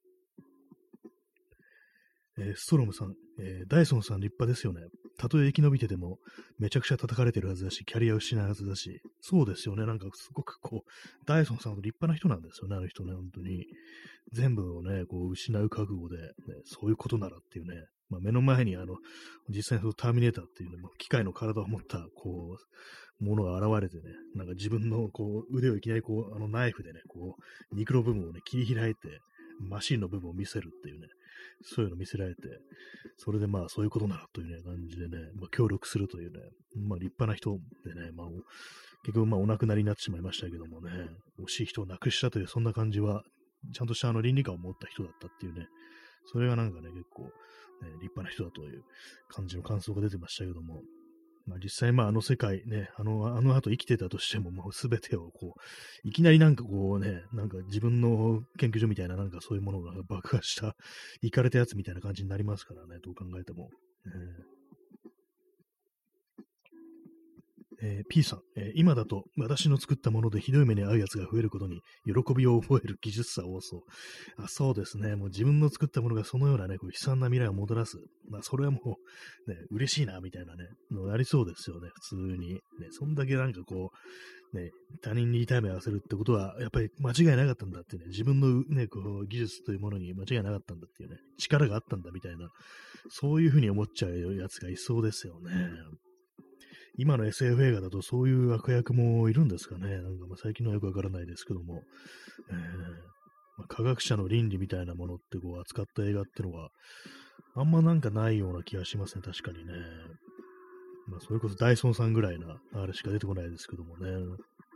ストロムさん、ダイソンさん立派ですよね。たとえ生き延びてても、めちゃくちゃ叩かれてるはずだし、キャリアを失うはずだし、そうですよね。なんかすごくこう、ダイソンさんと立派な人なんですよね、あの人ね、本当に。全部をね、こう、失う覚悟で、ね、そういうことならっていうね、まあ、目の前に実際にそのターミネーターっていうね、機械の体を持った、こう、ものが現れてね、なんか自分のこう腕をいきなりこう、ナイフでね、こう、肉の部分をね、切り開いて、マシンの部分を見せるっていうね、そういうの見せられて、それでまあそういうことならというね、感じでね、まあ協力するというね、まあ立派な人でね、まあ結局まあお亡くなりになってしまいましたけどもね、惜しい人を亡くしたというそんな感じは、ちゃんとした倫理観を持った人だったっていうね、それがなんかね、結構、ね、立派な人だという感じの感想が出てましたけども、まあ実際、まああの世界ね、あの後生きてたとしても、もうすべてをこう、いきなりなんかこうね、なんか自分の研究所みたいななんかそういうものが爆破した、行かれたやつみたいな感じになりますからね、どう考えても。P さん、今だと私の作ったものでひどい目に遭うやつが増えることに喜びを覚える技術者多そう。そうですね。もう自分の作ったものがそのようなね、こう悲惨な未来をもたらす。まあ、それはもう、ね、嬉しいな、みたいなね、のありそうですよね、普通に。ね、そんだけなんかこう、ね、他人に痛い目を合わせるってことは、やっぱり間違いなかったんだってね、自分のね、こう、技術というものに間違いなかったんだっていうね、力があったんだみたいな、そういうふうに思っちゃうやつがいそうですよね。今の SF 映画だとそういう悪役もいるんですかね。なんかまあ最近のはよくわからないですけども、科学者の倫理みたいなものってこう扱った映画ってのは、あんまなんかないような気がしますね、確かにね。まあ、それこそダイソンさんぐらいな、あれしか出てこないですけどもね。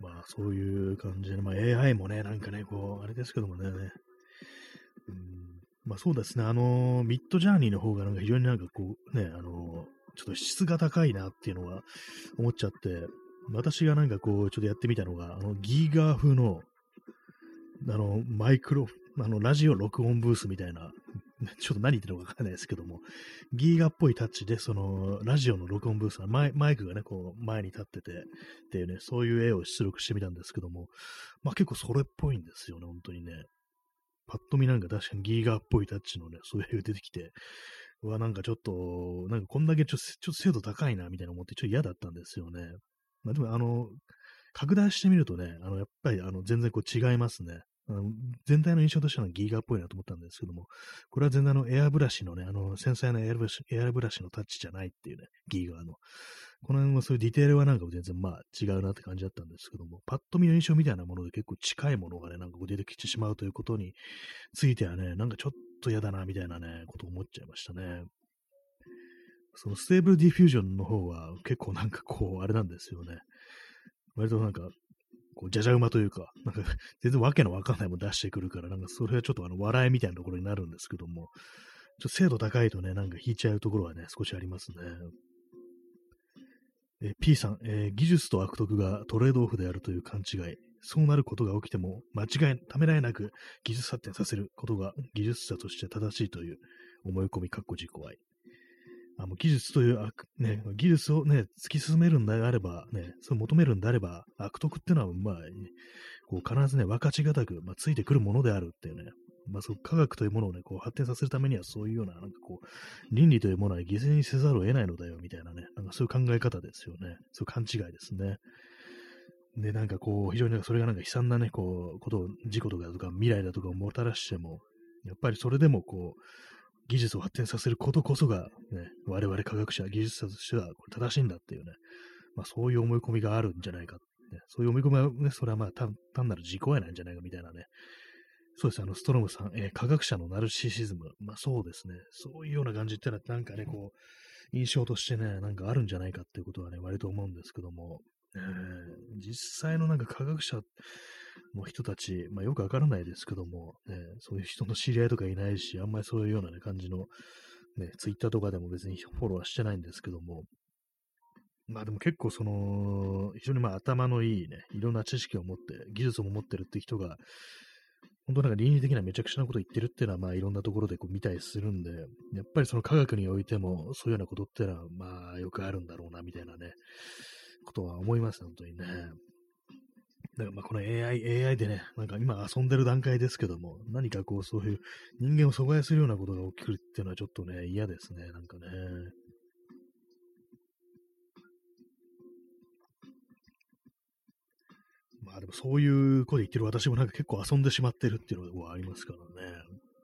まあそういう感じで、まあ AI もね、なんかね、こう、あれですけどもね、うん、まあそうですね、ミッドジャーニーの方がなんか非常になんかこう、ね、ちょっと質が高いなっていうのは思っちゃって、私がなんかこう、ちょっとやってみたのが、ギガ風の、マイクロ、ラジオ録音ブースみたいな、ちょっと何言ってるのかわからないですけども、ギーガっぽいタッチで、ラジオの録音ブースのマイクがね、こう、前に立ってて、っていうね、そういう絵を出力してみたんですけども、まあ結構それっぽいんですよね、本当にね。パッと見なんか確かにギーガっぽいタッチのね、そういう絵出てきて、うわ、なんかちょっと、なんかこんだけちょっと精度高いな、みたいな思って、ちょっと嫌だったんですよね。まあでも、拡大してみるとね、やっぱり、全然こう違いますね。全体の印象としてはギガっぽいなと思ったんですけども、これは全然エアブラシのね、繊細なエアブラシのタッチじゃないっていうね、ギガの。この辺もそういうディテールはなんか全然まあ違うなって感じだったんですけども、パッと見の印象みたいなもので結構近いものがね、なんかこう出てきてしまうということについてはね、なんかちょっと嫌だなみたいなね、ことを思っちゃいましたね。そのステーブルディフュージョンの方は結構なんかこう、あれなんですよね。割となんか、こう、じゃじゃ馬というか、なんか全然わけのわかんないもん出してくるから、なんかそれはちょっと笑いみたいなところになるんですけども、ちょっと精度高いとね、なんか引いちゃうところはね、少しありますね。P さん、技術と悪徳がトレードオフであるという勘違い。そうなることが起きても、ためらいなく技術発展させることが技術者として正しいという思い込み、かっこ自己愛。技術というね、技術をね、突き進めるんであれば、ね、そう求めるんであれば、悪徳っていうのは、まあ、こう必ずね、分かちがたく、まあ、ついてくるものであるっていうね、まあ、そう科学というものをね、こう発展させるためには、そういうような、なんかこう、倫理というものは犠牲にせざるを得ないのだよ、みたいなね、なんかそういう考え方ですよね。そういう勘違いですね。で、なんかこう、非常になんかそれがなんか悲惨なね、こう、事故とか未来だとかをもたらしても、やっぱりそれでもこう、技術を発展させることこそが、ね、我々科学者、技術者としてはこれ正しいんだっていうね、まあそういう思い込みがあるんじゃないか、ね。そういう思い込みはね、それはまあ単なる自己愛なんじゃないかみたいなね。そうです、ストロムさん、科学者のナルシシズム。まあそうですね。そういうような感じってのはなんかね、こう、印象としてね、なんかあるんじゃないかっていうことはね、割と思うんですけども、実際のなんか科学者の人たち、まあよくわからないですけども、そういう人の知り合いとかいないし、あんまりそういうような、ね、感じの、ね、ツイッターとかでも別にフォローはしてないんですけども、まあでも結構非常にまあ頭のいいね、いろんな知識を持って、技術を持ってるって人が、本当なんか倫理的なめちゃくちゃなこと言ってるっていうのは、まあいろんなところでこう見たりするんで、やっぱりその科学においても、そういうようなことっていうのは、まあよくあるんだろうな、みたいなね、ことは思います、本当にね。だからまあこの AI でね、なんか今遊んでる段階ですけども、何かこうそういう人間を阻害するようなことが起きるっていうのはちょっとね、嫌ですね、なんかね。まあでもそういうこと言ってる私もなんか結構遊んでしまってるっていうのはありますからね。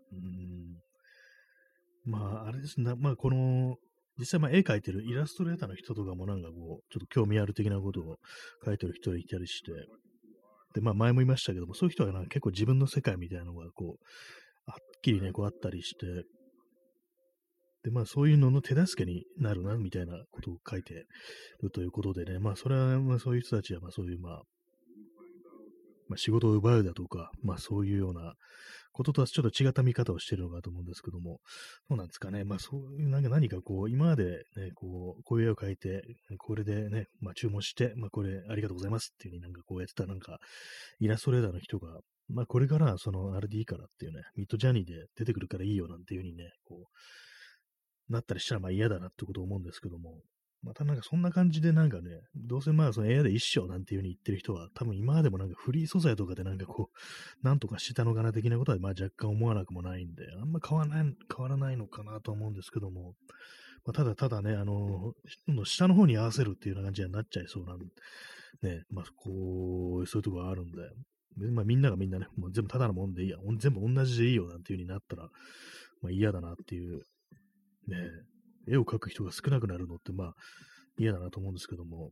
まああれですね、まあ実際まあ絵描いてるイラストレーターの人とかもなんかこう、ちょっと興味ある的なことを描いてる人がいたりして、で、まあ前も言いましたけども、そういう人はなんか結構自分の世界みたいなのがこう、はっきりね、こうあったりして、で、まあそういうのの手助けになるな、みたいなことを書いてるということでね、まあそれは、まあそういう人たちは、まあそういう、まあ仕事を奪うだとか、まあそういうようなこととはちょっと違った見方をしているのかと思うんですけども、そうなんですかね。まあそういうなんか何かこう、今までね、こういう絵を描いて、これでね、まあ注文して、まあこれありがとうございますっていう風になんかこうやってたなんか、イラストレーターの人が、まあこれからはそのあれでいいからっていうね、ミッドジャーニーで出てくるからいいよなんていう風にね、こう、なったりしたらまあ嫌だなってことを思うんですけども、またなんかそんな感じでなんかね、どうせまあその AI で一緒なんていう風に言ってる人は、多分今までもなんかフリー素材とかでなんかこう、なんとかしたのかな的なことはまあ若干思わなくもないんで、あんま変わらないのかなと思うんですけども、まあ、ただただね、どんどん下の方に合わせるっていうような感じになっちゃいそうなんで、ね、まあこう、そういうところがあるんで、まあみんながみんなね、もう全部ただのもんでいいや、全部同じでいいよなんていう風になったら、まあ嫌だなっていう、ね、絵を描く人が少なくなるのって、まあ嫌だなと思うんですけども、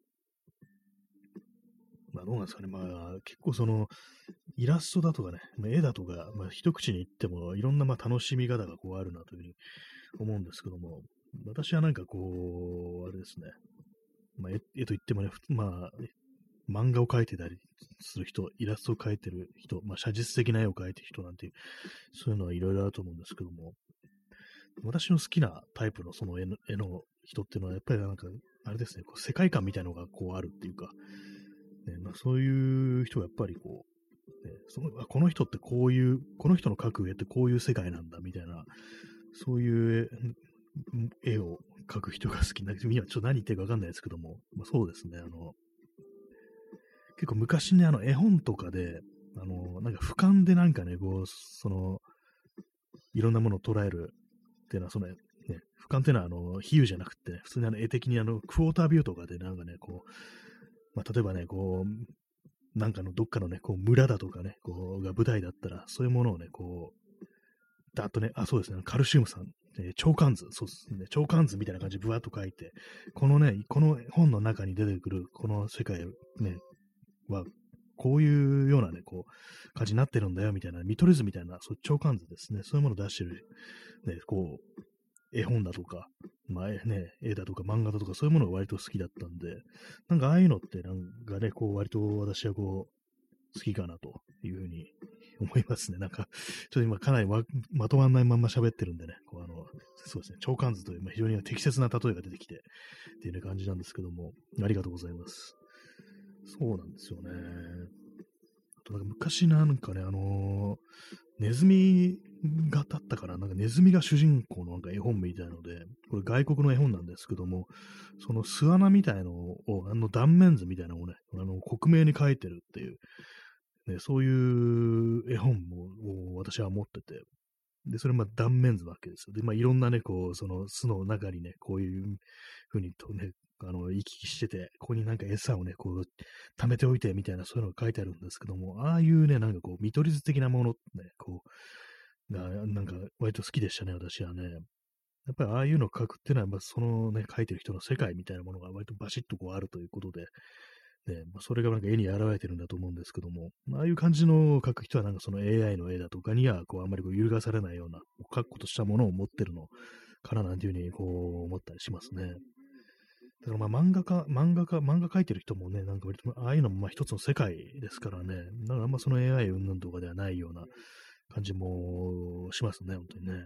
まあどうなんですかね、まあ結構イラストだとかね、まあ絵だとか、まあ一口に言ってもいろんなまあ楽しみ方がこうあるなというふうに思うんですけども、私はなんかこう、あれですね、まあ絵と言ってもね、まあ漫画を描いてたりする人、イラストを描いてる人、まあ、写実的な絵を描いてる人なんていう、そういうのはいろいろあると思うんですけども、私の好きなタイプのその絵の人っていうのは、やっぱりなんか、あれですね、こう世界観みたいなのがこうあるっていうか、ね、まあ、そういう人がやっぱりこう、ね、この人ってこういう、この人の描く絵ってこういう世界なんだみたいな、そういう絵を描く人が好きな、今ちょっと何言ってるかわかんないですけども、まあ、そうですね、結構昔ね、絵本とかで、なんか俯瞰でなんかね、こう、いろんなものを捉えるっていうのは、俯瞰っていうのは、比喩じゃなくて、普通に絵的にクォータービューとかでなんかね、こう、まあ、例えばね、こう、なんかのどっかのね、こう、村だとかね、こう、が舞台だったら、そういうものをね、こう、あとね、そうですね、カルシウムさん、長関図、そうですね、長関図みたいな感じでブワーっと書いて、このね、この本の中に出てくる、この世界ね、は、こういうようなね、こう、感じになってるんだよ、みたいな、見取り図みたいな、そう、長関図ですね、そういうものを出してる、ね、こう、絵本だとか、まあね、絵だとか漫画だとか、そういうものが割と好きだったんで、なんかああいうのってなんかね、こう割と私はこう、好きかなというふうに思いますね。なんか、ちょっと今かなりまとまんないまんま喋ってるんでね、こうそうですね、長関図という、非常に適切な例えが出てきて、っていう、ね、感じなんですけども、ありがとうございます。そうなんですよね。あとなんか昔なんかね、ネズミが立ったから、なんかネズミが主人公のなんか絵本みたいので、これ外国の絵本なんですけども、その巣穴みたいのを、断面図みたいなのをね、克明に描いてるっていう、ね、そういう絵本を私は持ってて、で、それまあ断面図なわけですよ。で、まあいろんなね、こう、その巣の中にね、こういうふうにとね、行き来してて、ここになんか餌をね、こう、貯めておいてみたいな、そういうのが書いてあるんですけども、ああいうね、なんかこう、見取り図的なものってね、こう、なんか割と好きでしたね、私はね。やっぱりああいうのを書くっていうのは、まあ、そのね、書いてる人の世界みたいなものが割とバシッとこうあるということで、ね、まあ、それがなんか絵に現れてるんだと思うんですけども、まああいう感じのを描く人はなんかその AI の絵だとかには、こう、あんまりこう揺るがされないような、描くことしたものを持ってるのかななんていうふうにこう思ったりしますね。だからまあ漫画描いてる人もね、なんか割とああいうのもまあ一つの世界ですからね、なんかあんまその AI 云々とかではないような感じもしますね、本当にね。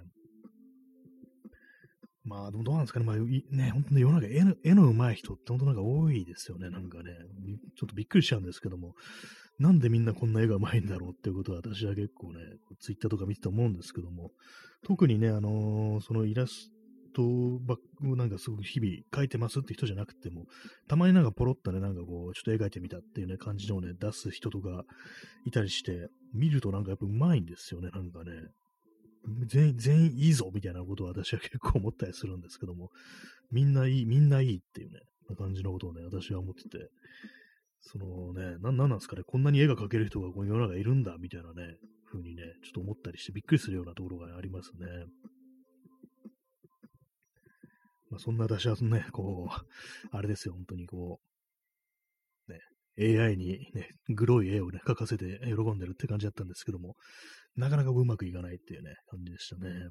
まあ、でもどうなんですかね。まあ、ね、本当に世の中絵の上手い人って本当なんか多いですよね。なんかね、ちょっとびっくりしちゃうんですけども、なんでみんなこんな絵が上手いんだろうっていうことは私は結構ね、ツイッターとか見てて思うんですけども、特にね、そのイラストなんかすごく日々描いてますって人じゃなくても、たまになんかポロッとね、なんかこう、ちょっと描いてみたっていうね、感じのね、出す人とかいたりして、見るとなんかやっぱ上手いんですよね、なんかね。全員いいぞみたいなことを私は結構思ったりするんですけども、みんないいっていうね、感じのことをね、私は思ってて、そのね、なんですかね、こんなに絵が描ける人がこの世の中いるんだみたいなね、風にね、ちょっと思ったりしてびっくりするようなところがありますね。まあ、そんな私はね、こう、あれですよ、本当にこう、ね、AI にね、グロい絵をね、描かせて喜んでるって感じだったんですけども、なかなかうまくいかないっていうね、感じでしたね。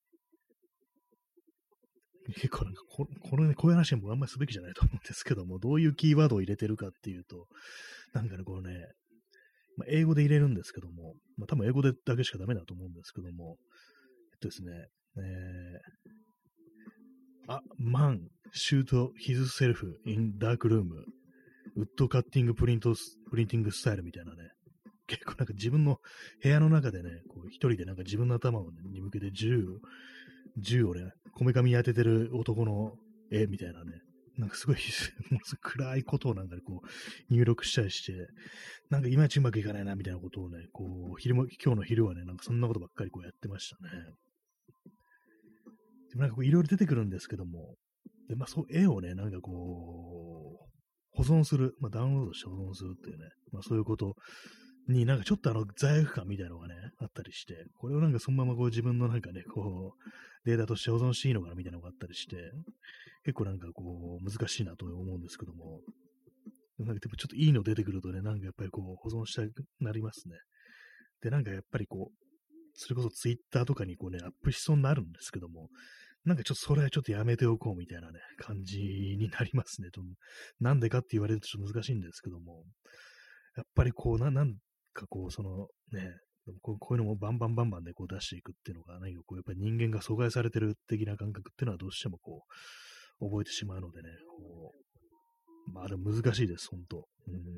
結構なんかこういう話もあんまりすべきじゃないと思うんですけども、どういうキーワードを入れてるかっていうと、なんかね、このね、まあ、英語で入れるんですけども、まあ、多分英語でだけしかダメだと思うんですけども、ですね、man shoot himself in dark room, ウッドカッティングプリンティングスタイルみたいなね、結構なんか自分の部屋の中でね、こう一人でなんか自分の頭を、ね、に向けて銃をね、こめかみに当ててる男の絵みたいなね、なんかすごい、ものすごい暗いことをなんかこう入力したりして、なんかいまいちうまくいかないなみたいなことをね、こう、今日の昼はね、なんかそんなことばっかりこうやってましたね。でもなんかこういろいろ出てくるんですけども、で、まあそう、絵をね、なんかこう、保存する、まあダウンロードして保存するっていうね、まあそういうことになんかちょっと罪悪感みたいなのがね、あったりして、これをなんかそのままこう自分のなんかね、こう、データとして保存していいのかなみたいなのがあったりして、結構なんかこう、難しいなと思うんですけども、なんかでもちょっといいの出てくるとね、なんかやっぱりこう、保存したくなりますね。で、なんかやっぱりこう、それこそツイッターとかにこうね、アップしそうになるんですけども、 なんかちょっとそれはちょっとやめておこうみたいなね、感じになりますね。なんでかって言われるとちょっと難しいんですけども、やっぱりこう、なんかこう、そのね、こういうのもバンバンバンバンでこう出していくっていうのが、何かこう、やっぱり人間が阻害されてる的な感覚っていうのはどうしてもこう、覚えてしまうのでね、こう、まあでも難しいです、本当。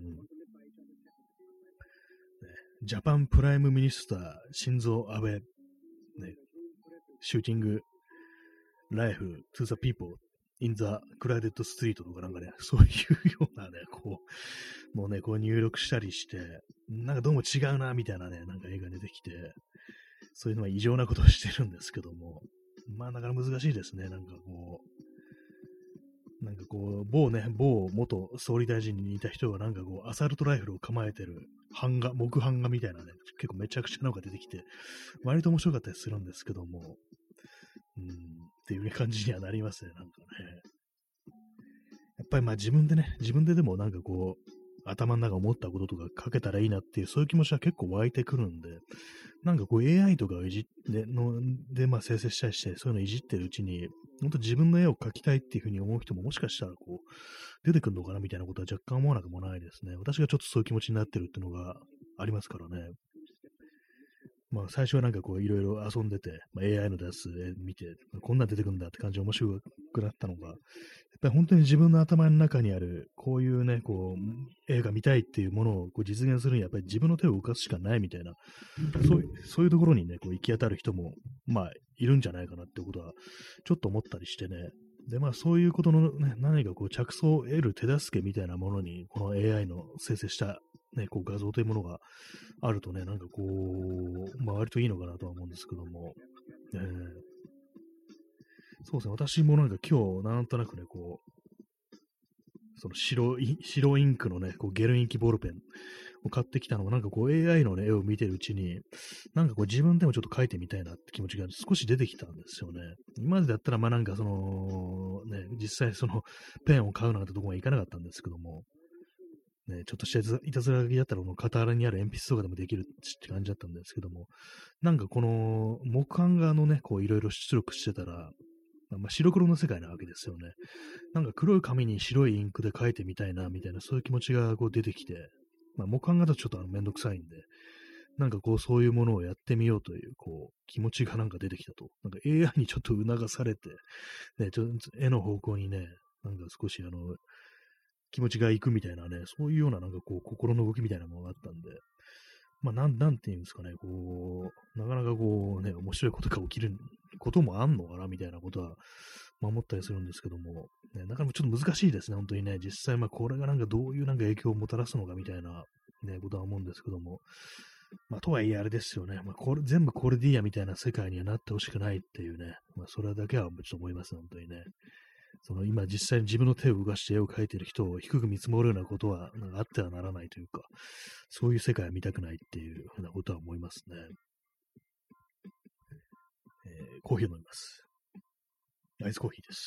ジャパンプライムミニスター、新蔵安倍、ね、シューティングライフ to the people in the crowded street とかなんかね、そういうようなね、こう、もうね、こう入力したりして、なんかどうも違うな、みたいなね、なんか絵が出てきて、そういうのは異常なことをしてるんですけども、まあ、だから難しいですね、某元総理大臣にいた人がなんかこう、アサルトライフルを構えてる木版画みたいなね、結構めちゃくちゃなのが出てきて、割と面白かったりするんですけども、っていう感じにはなりますね、なんかね。やっぱりまあ自分ででもなんかこう、頭の中思ったこととか書けたらいいなっていう、そういう気持ちは結構湧いてくるんで、なんかこう AI とかをいじってまあ生成したりして、そういうのをいじってるうちに、本当自分の絵を描きたいっていうふうに思う人ももしかしたらこう、出てくるのかなみたいなことは若干思わなくもないですね。私がちょっとそういう気持ちになってるっていうのがありますからね。まあ最初はなんかこういろいろ遊んでて、まあ、AI の出す絵見て、こんなん出てくるんだって感じで面白くなったのが、やっぱり本当に自分の頭の中にある、こういうね、こう、映画見たいっていうものをこう実現するには、やっぱり自分の手を動かすしかないみたいな、そういうところにね、こう行き当たる人も、まあ、いるんじゃないかなってことは、ちょっと思ったりしてね。で、まあ、そういうことのね、何かこう着想を得る手助けみたいなものに、この AI の生成したね、こう画像というものがあるとね、なんかこう、まあ割といいのかなとは思うんですけども、そうですね、私もなんか今日なんとなくね、こう、その白インクのね、こうゲルインキボールペンを買ってきたのが、なんかこう AI のね、絵を見てるうちに、なんかこう自分でもちょっと描いてみたいなって気持ちが少し出てきたんですよね。今までだったら、まあなんかその、ね、実際そのペンを買うなんてとこまでいかなかったんですけども、ね、ちょっとしたいたずら書きだったら、もう傍らにある鉛筆とかでもできるって感じだったんですけども、なんかこの木版画のね、こういろいろ出力してたら、まあ、白黒の世界なわけですよね。なんか黒い紙に白いインクで書いてみたいな、みたいな、そういう気持ちがこう出てきて、まあ、木版画だとちょっとめんどくさいんで、なんかこうそういうものをやってみようという、こう、気持ちがなんか出てきたと。なんか AI にちょっと促されて、ね、絵の方向にね、なんか少し気持ちがいくみたいなね、そういうようななんかこう、心の動きみたいなものがあったんで、まあ、なんていうんですかね、こう、なかなかこうね、面白いことが起きることもあんのかな、みたいなことは、まあ、思ったりするんですけども、ね、なかなかちょっと難しいですね、本当にね、実際、まあ、これがなんかどういうなんか影響をもたらすのかみたいな、ね、ことは思うんですけども、まあ、とはいえあれですよね、まあ、全部これでいいやみたいな世界にはなってほしくないっていうね、まあ、それだけはちょっと思います、本当にね。その今実際に自分の手を動かして絵を描いている人を低く見積もるようなことはなんかあってはならないというか、そういう世界は見たくないっていうふうなことは思いますね。コーヒーを飲みます。アイスコーヒーです。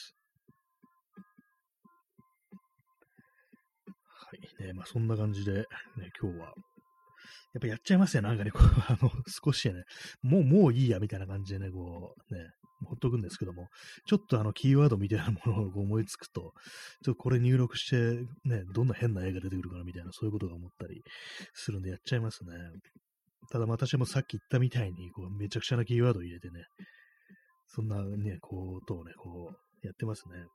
はい。ね、まあそんな感じで、ね、今日はやっぱやっちゃいますよ、なんかね、こう、少しね、もういいや、みたいな感じでね、こう、ね、ほっとくんですけども、ちょっとキーワードみたいなものをこう思いつくと、ちょっとこれ入力して、ね、どんな変な絵が出てくるかな、みたいな、そういうことが思ったりするんで、やっちゃいますね。ただ、私もさっき言ったみたいに、こう、めちゃくちゃなキーワードを入れてね、そんなね、ことをね、こう、やってますね。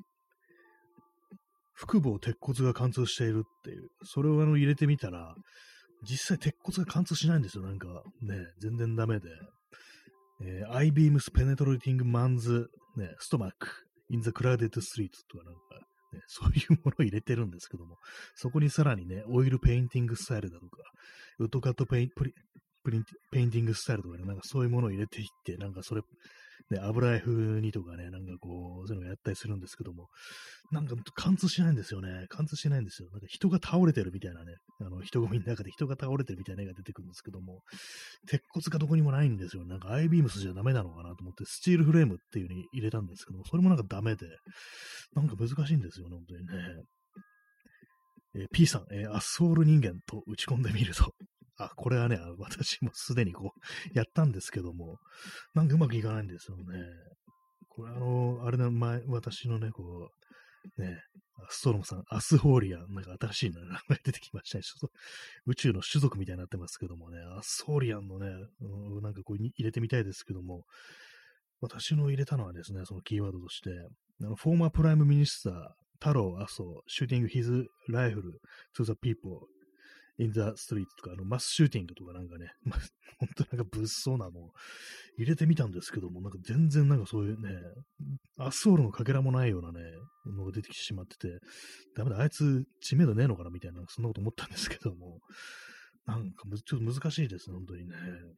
腹部を鉄骨が貫通しているっていう、それを入れてみたら、実際鉄骨が貫通しないんですよ。なんかね、全然ダメで。I-beams penetrating man's、ね、stomach in the crowded street とかなんか、ね、そういうものを入れてるんですけども、そこにさらにね、オイルペインティングスタイルだとか、ウッドカットペインティングスタイルとかね、なんかそういうものを入れていって、なんかそれ、ね、油絵風にとかね、なんかこう、そういうのをやったりするんですけども、なんか貫通しないんですよね。貫通しないんですよ。なんか人が倒れてるみたいなね、人混みの中で人が倒れてるみたいな絵が出てくるんですけども、鉄骨がどこにもないんですよ。なんか I-beams じゃダメなのかなと思って、スチールフレームっていう風に入れたんですけども、それもなんかダメで、なんか難しいんですよね、本当にね。P さん、アッソール人間と打ち込んでみると、あ、これはね、私もすでにこう、やったんですけども、なんかうまくいかないんですよね。 これあれの私のね、こう、ね、ストロムさん、アスホーリアン、なんか新しい名前出てきましたね。ちょっと宇宙の種族みたいになってますけどもね、アスホーリアンのね、なんかこう入れてみたいですけども、私の入れたのはですね、そのキーワードとして、フォーマープライムミニスター、太郎麻生、シューティングヒズライフル to the people in the street とか、マスシューティングとかなんかね、本当なんか物騒なのを入れてみたんですけども、なんか全然なんかそういうね、アスオールのかけらもないようなね、のが出てきてしまってて、ダメだ、あいつ知名度ねえのかなみたいな、そんなこと思ったんですけども、なんかちょっと難しいですね、本当にね。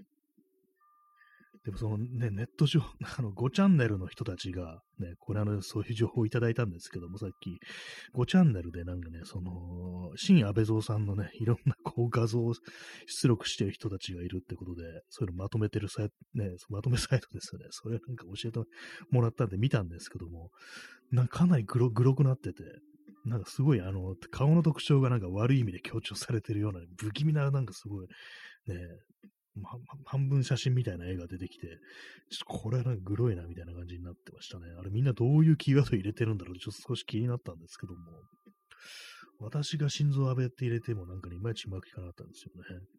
でもそのね、ネット上、5チャンネルの人たちが、ね、これそういう情報をいただいたんですけども、さっき、5チャンネルでなんかね、新安倍蔵さんのね、いろんなこう画像を出力してる人たちがいるってことで、そういうのまとめてるね、まとめサイトですよね。それなんか教えてもらったんで見たんですけども、かなりグロくなってて、なんかすごい顔の特徴がなんか悪い意味で強調されてるような、不気味ななんかすごい、ね、半分写真みたいな絵が出てきて、ちょっとこれはなんかグロいなみたいな感じになってましたね。あれみんなどういうキーワード入れてるんだろうってちょっと少し気になったんですけども、私が心臓安倍って入れてもなんかね、いまいちうまくいかなかったんですよね。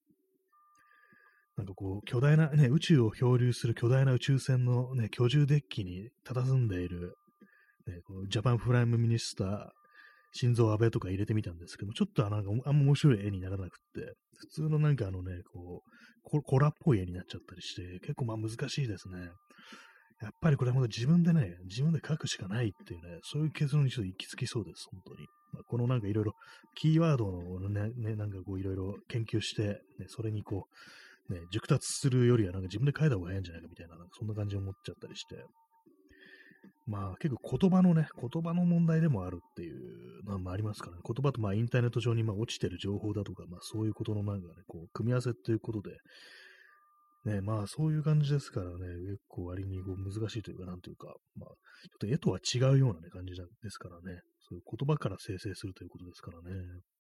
なんかこう、巨大なね、宇宙を漂流する巨大な宇宙船のね、居住デッキに佇んでいる、ね、このジャパンプライムミニスター、心臓安倍とか入れてみたんですけど、ちょっとなんかあんま面白い絵にならなくって、普通のなんかこう、コラっぽい絵になっちゃったりして、結構難しいですね。やっぱりこれは本当自分でね、自分で書くしかないっていうね、そういう結論にちょっと行き着きそうです、本当に。このなんかいろいろ、キーワードのね、なんかこういろいろ研究して、ね、それにこう、ね、熟達するよりはなんか自分で書いた方が早いんじゃないかみたいな、なんかそんな感じに思っちゃったりして、結構言葉の問題でもあるっていうのもありますからね。言葉とインターネット上に落ちてる情報だとか、そういうことのなんかね、こう、組み合わせっていうことで、ね、そういう感じですからね、結構割にこう難しいというか、なんというか、ちょっと絵とは違うようなね、感じですからね。そういう言葉から生成するということですからね。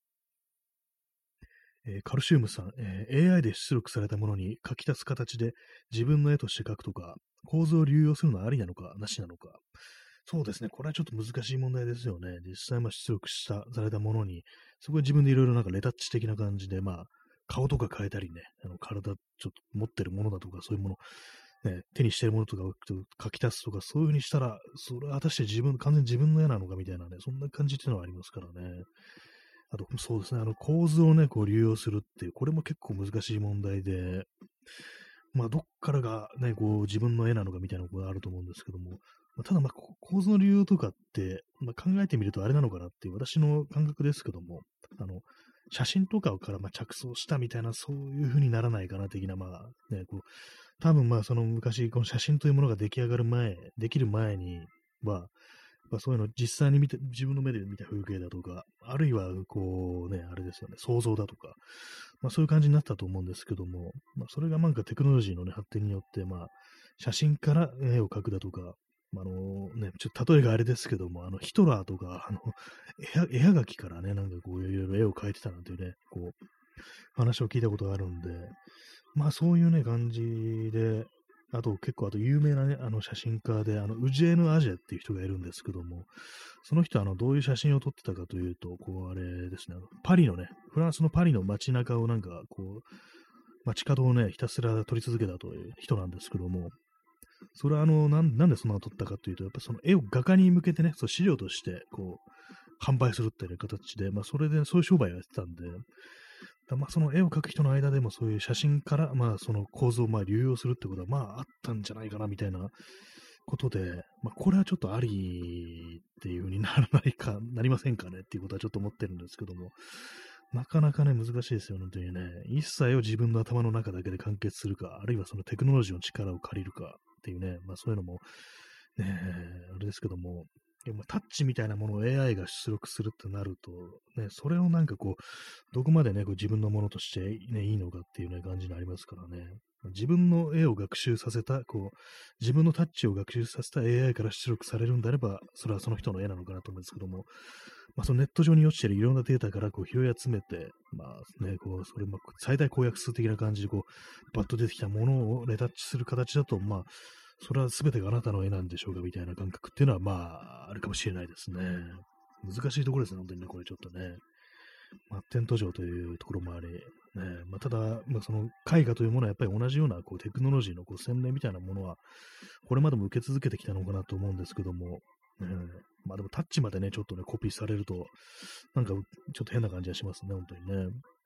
カルシウムさん、AI で出力されたものに書き足す形で自分の絵として描くとか、構図を流用するのはありなのか、なしなのか。そうですね。これはちょっと難しい問題ですよね。実際、出力されたものに、そこで自分でいろいろなんかレタッチ的な感じで、顔とか変えたりね、体、ちょっと持ってるものだとか、そういうもの、ね、手にしてるものとかを書き足すとか、そういう風にしたら、それは果たして完全に自分の絵なのかみたいなね、そんな感じっていうのはありますからね。あと、そうですね、構図をね、こう流用するっていう、これも結構難しい問題で、どっからがね、こう自分の絵なのかみたいなことがあると思うんですけども、ただ構図の理由とかって、考えてみるとあれなのかなっていう私の感覚ですけども、写真とかから着想したみたいな、そういう風にならないかな的な、こう、多分その昔、この写真というものが出来上がる前、できる前には、そういうのを実際に自分の目で見た風景だとか、あるいは、こうね、あれですよね、想像だとか、そういう感じになったと思うんですけども、それがなんかテクノロジーのね、発展によって、写真から絵を描くだとか、ちょっと例えがあれですけども、ヒトラーとか、絵はがきからね、なんかこういろいろ絵を描いてたなんていうね、こう、話を聞いたことがあるんで、そういうね、感じで、あと有名なね、写真家で、ウジェーヌ・アジェっていう人がいるんですけども、その人はどういう写真を撮ってたかというと、こう、あれですね、パリのね、フランスのパリの街中をなんか、こう、街角をね、ひたすら撮り続けたという人なんですけども、それはなんでそんなの撮ったかというと、やっぱその絵を画家に向けてね、そう資料として、こう、販売するっていう形で、それでそういう商売をやってたんで、その絵を描く人の間でもそういう写真から、その構造を流用するってことは、あったんじゃないかな、みたいなことで、これはちょっとありっていう風になりませんかねっていうことはちょっと思ってるんですけども、なかなかね、難しいですよね、本当にね。一切を自分の頭の中だけで完結するか、あるいはそのテクノロジーの力を借りるかっていうね、そういうのも、ね、あれですけども、でもタッチみたいなものを AI が出力するってなると、ね、それをなんかこう、どこまでね、こう自分のものとして、ね、いいのかっていうね、感じになりますからね。自分の絵を学習させた、こう、自分のタッチを学習させた AI から出力されるんであれば、それはその人の絵なのかなと思うんですけども、そのネット上に落ちてるいろんなデータからこう拾い集めて、こう、それ最大公約数的な感じでこう、バッと出てきたものをレタッチする形だと、 それは全てがあなたの絵なんでしょうかみたいな感覚っていうのは、まあ、あるかもしれないですね。難しいところですね、本当にね、これちょっとね。発展途上というところもあり、ね、まあ、ただ、まあ、その絵画というものはやっぱり同じようなこうテクノロジーのこう洗礼みたいなものは、これまでも受け続けてきたのかなと思うんですけども、まあでもタッチまでね、ちょっとね、コピーされると、なんかちょっと変な感じがしますね、本当にね。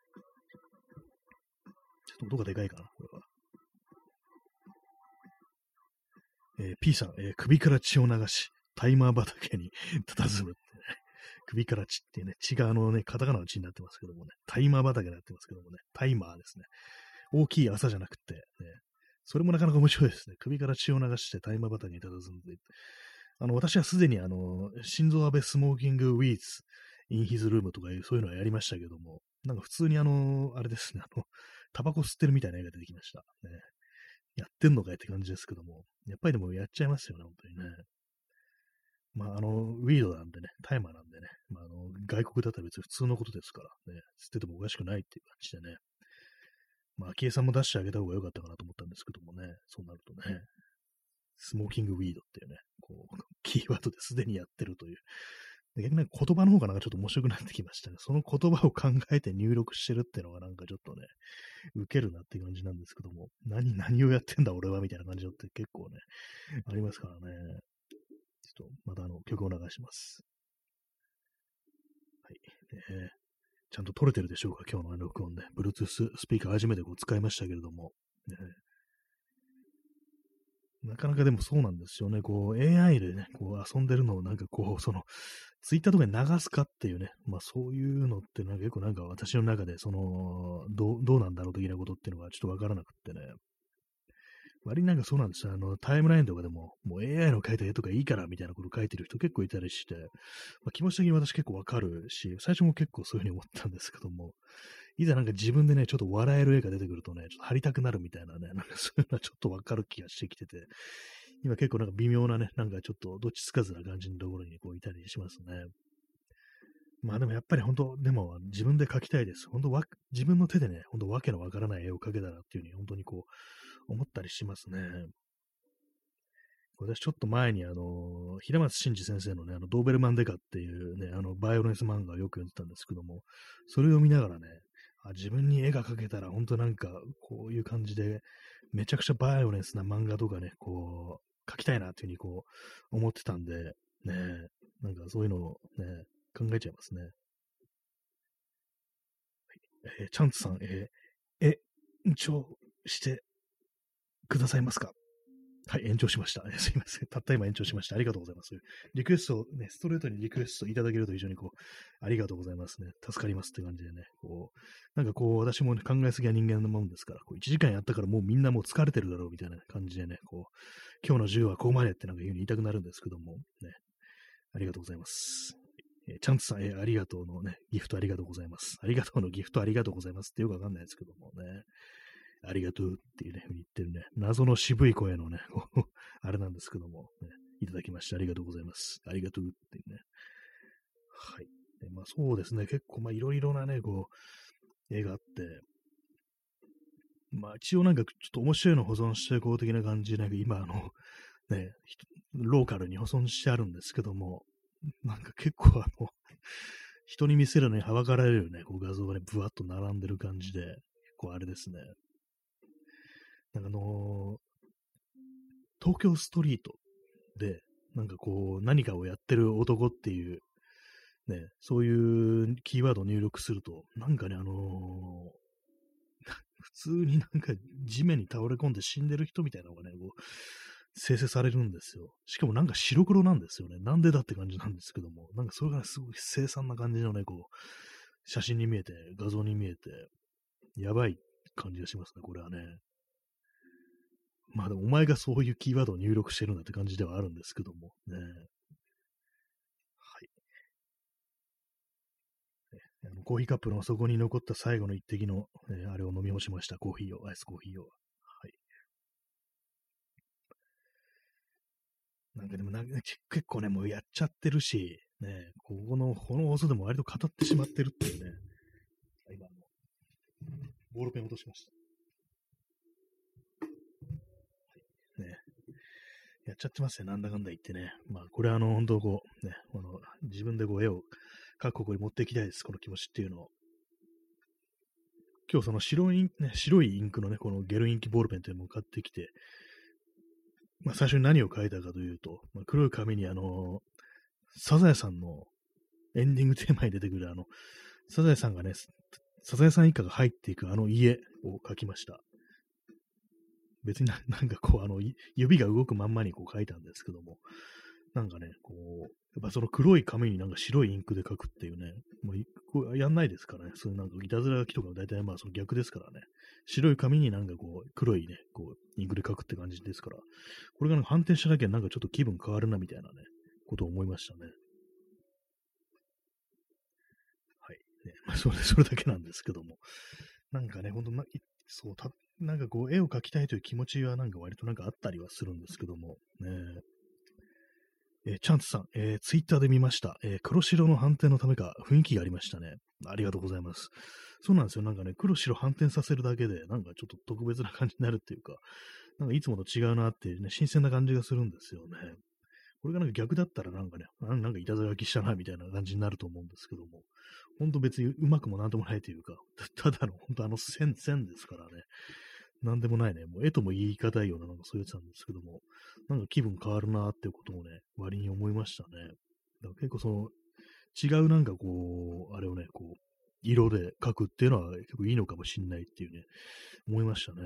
ちょっと音がでかいかな、これは。P さん、首から血を流し、タイマー畑に佇むってね。首から血っていうね、血がカタカナの血になってますけどもね、タイマー畑になってますけどもね、タイマーですね。大きい朝じゃなくて、ね、それもなかなか面白いですね。首から血を流してタイマー畑に佇んで、私はすでに心臓安倍スモーキングウィーズインヒズルームとかいうそういうのはやりましたけども、なんか普通にあれですね、タバコ吸ってるみたいな絵が出てきました。ね、やってんのかいって感じですけども、やっぱりでもやっちゃいますよね、本当にね。まあ、ウィードなんでね、大麻なんでね、まあ、外国だったら別に普通のことですからね、吸っててもおかしくないっていう感じでね、まあ、昭恵さんも出してあげた方が良かったかなと思ったんですけどもね、そうなるとね、スモーキングウィードっていうね、こう、キーワードですでにやってるという。逆に言葉の方がなんかちょっと面白くなってきましたね。その言葉を考えて入力してるっていうのがなんかちょっとね、ウケるなっていう感じなんですけども、何をやってんだ俺はみたいな感じのって結構ね、ありますからね。ちょっとまた曲を流します。はい。ちゃんと撮れてるでしょうか今日の録音ね。Bluetooth スピーカー初めてこう使いましたけれども。なかなかでもそうなんですよね。こう AI でね、こう遊んでるのをなんかこう、ツイッターとかに流すかっていうね、まあそういうのって結構なんか私の中で、どうなんだろう的なことっていうのがちょっとわからなくってね。割になんかそうなんですよ。タイムラインとかでも、もう AI の描いた絵とかいいからみたいなこと書いてる人結構いたりして、まあ、気持ち的に私結構わかるし、最初も結構そういうふうに思ったんですけども、いざなんか自分でね、ちょっと笑える絵が出てくるとね、ちょっと貼りたくなるみたいなね、なんかそういうのはちょっとわかる気がしてきてて、今結構なんか微妙なね、なんかちょっとどっちつかずな感じのところにこういたりしますね。まあでもやっぱり本当、でも自分で描きたいです。本当自分の手でね、本当わけのわからない絵を描けたらっていうふうに本当にこう思ったりしますね。私ちょっと前に平松真二先生のね、ドーベルマンデカっていうね、バイオレンス漫画をよく読んでたんですけども、それを見ながらね、自分に絵が描けたら、本当なんか、こういう感じで、めちゃくちゃバイオレンスな漫画とかね、こう、描きたいなっていうふうにこう、思ってたんで、ね、なんかそういうのをね、考えちゃいますね。チャンツさん、延長してくださいますか？はい、延長しました。すいません。たった今延長しました。ありがとうございます。リクエストをね、ストレートにリクエストいただけると非常にこう、ありがとうございますね。助かりますって感じでね、こう、なんかこう、私も、ね、考えすぎは人間のもんですから、こう1時間やったからもうみんなもう疲れてるだろうみたいな感じでね、こう、今日の授業はここまでってなんかいうふうに言いたくなるんですけども、ね、ありがとうございます。チャンツさん、ありがとうのね、ギフトありがとうございます。ありがとうのギフトありがとうございますってよくわかんないですけどもね。ありがとうっていうね、ふうに言ってるね、謎の渋い声のね、あれなんですけども、ね、いただきましてありがとうございます。ありがとうっていうね。はい。まあそうですね、結構まあいろいろなね、こう、絵があって、まあ一応なんかちょっと面白いの保存していこう的な感じで、今ね、ローカルに保存してあるんですけども、なんか結構人に見せるのにはばかられるね、こう画像がね、ぶわっと並んでる感じで、結構あれですね。なんか東京ストリートで、なんかこう、何かをやってる男っていう、ね、そういうキーワードを入力すると、なんかね、普通になんか地面に倒れ込んで死んでる人みたいなのがね、こう、生成されるんですよ。しかもなんか白黒なんですよね。なんでだって感じなんですけども、なんかそれが、ね、すごい凄惨な感じのね、こう、写真に見えて、画像に見えて、やばい感じがしますね、これはね。まあでもお前がそういうキーワードを入力してるんだって感じではあるんですけども、ね。はい。コーヒーカップの底に残った最後の一滴の、あれを飲み干しました。コーヒーを、アイスコーヒーを。はい。なんかでも結構ね、もうやっちゃってるし、ね、この放送でも割と語ってしまってるっていうね。今、ボールペン落としました。ね。 やっちゃってますね。なんだかんだ言ってね。まあ、これは本当こう、ね、自分でこう絵を描くここに持っていきたいです。この気持ちっていうのを。今日その白いインクのね、このゲルインキボールペンというのを買ってきて、まあ、最初に何を書いたかというと、まあ、黒い紙にサザエさんのエンディングテーマに出てくるサザエさんがね、サザエさん一家が入っていく家を描きました。別になんかこう、指が動くまんまにこう書いたんですけども、なんかね、こう、やっぱその黒い紙になんか白いインクで書くっていうね、もうこうやんないですからね、そういうなんかいたずら書きとかも大体まあその逆ですからね、白い紙になんかこう、黒いね、こう、インクで書くって感じですから、これがなんか反転しただけでなんかちょっと気分変わるなみたいなね、ことを思いましたね。はい。ね、まあそれだけなんですけども、なんかね、ほんとそう、なんかこう、絵を描きたいという気持ちはなんか割となんかあったりはするんですけども、ね、チャンツさん、ツイッターで見ました。黒白の反転のためか雰囲気がありましたね。ありがとうございます。そうなんですよ。なんかね、黒白反転させるだけで、なんかちょっと特別な感じになるっていうか、なんかいつもと違うなっていうね、新鮮な感じがするんですよね。これがなんか逆だったらなんかね、なんかいたずら書きしたなみたいな感じになると思うんですけども、ほんと別にうまくもなんともないというか、ただの本当線ですからね。なんでもないね。もう絵とも言い難いような、なんかそういうやつなんですけども、なんか気分変わるなーっていうことをね、割に思いましたね。だから結構違うなんかこう、あれをね、こう、色で描くっていうのは結構いいのかもしんないっていうね、思いましたね。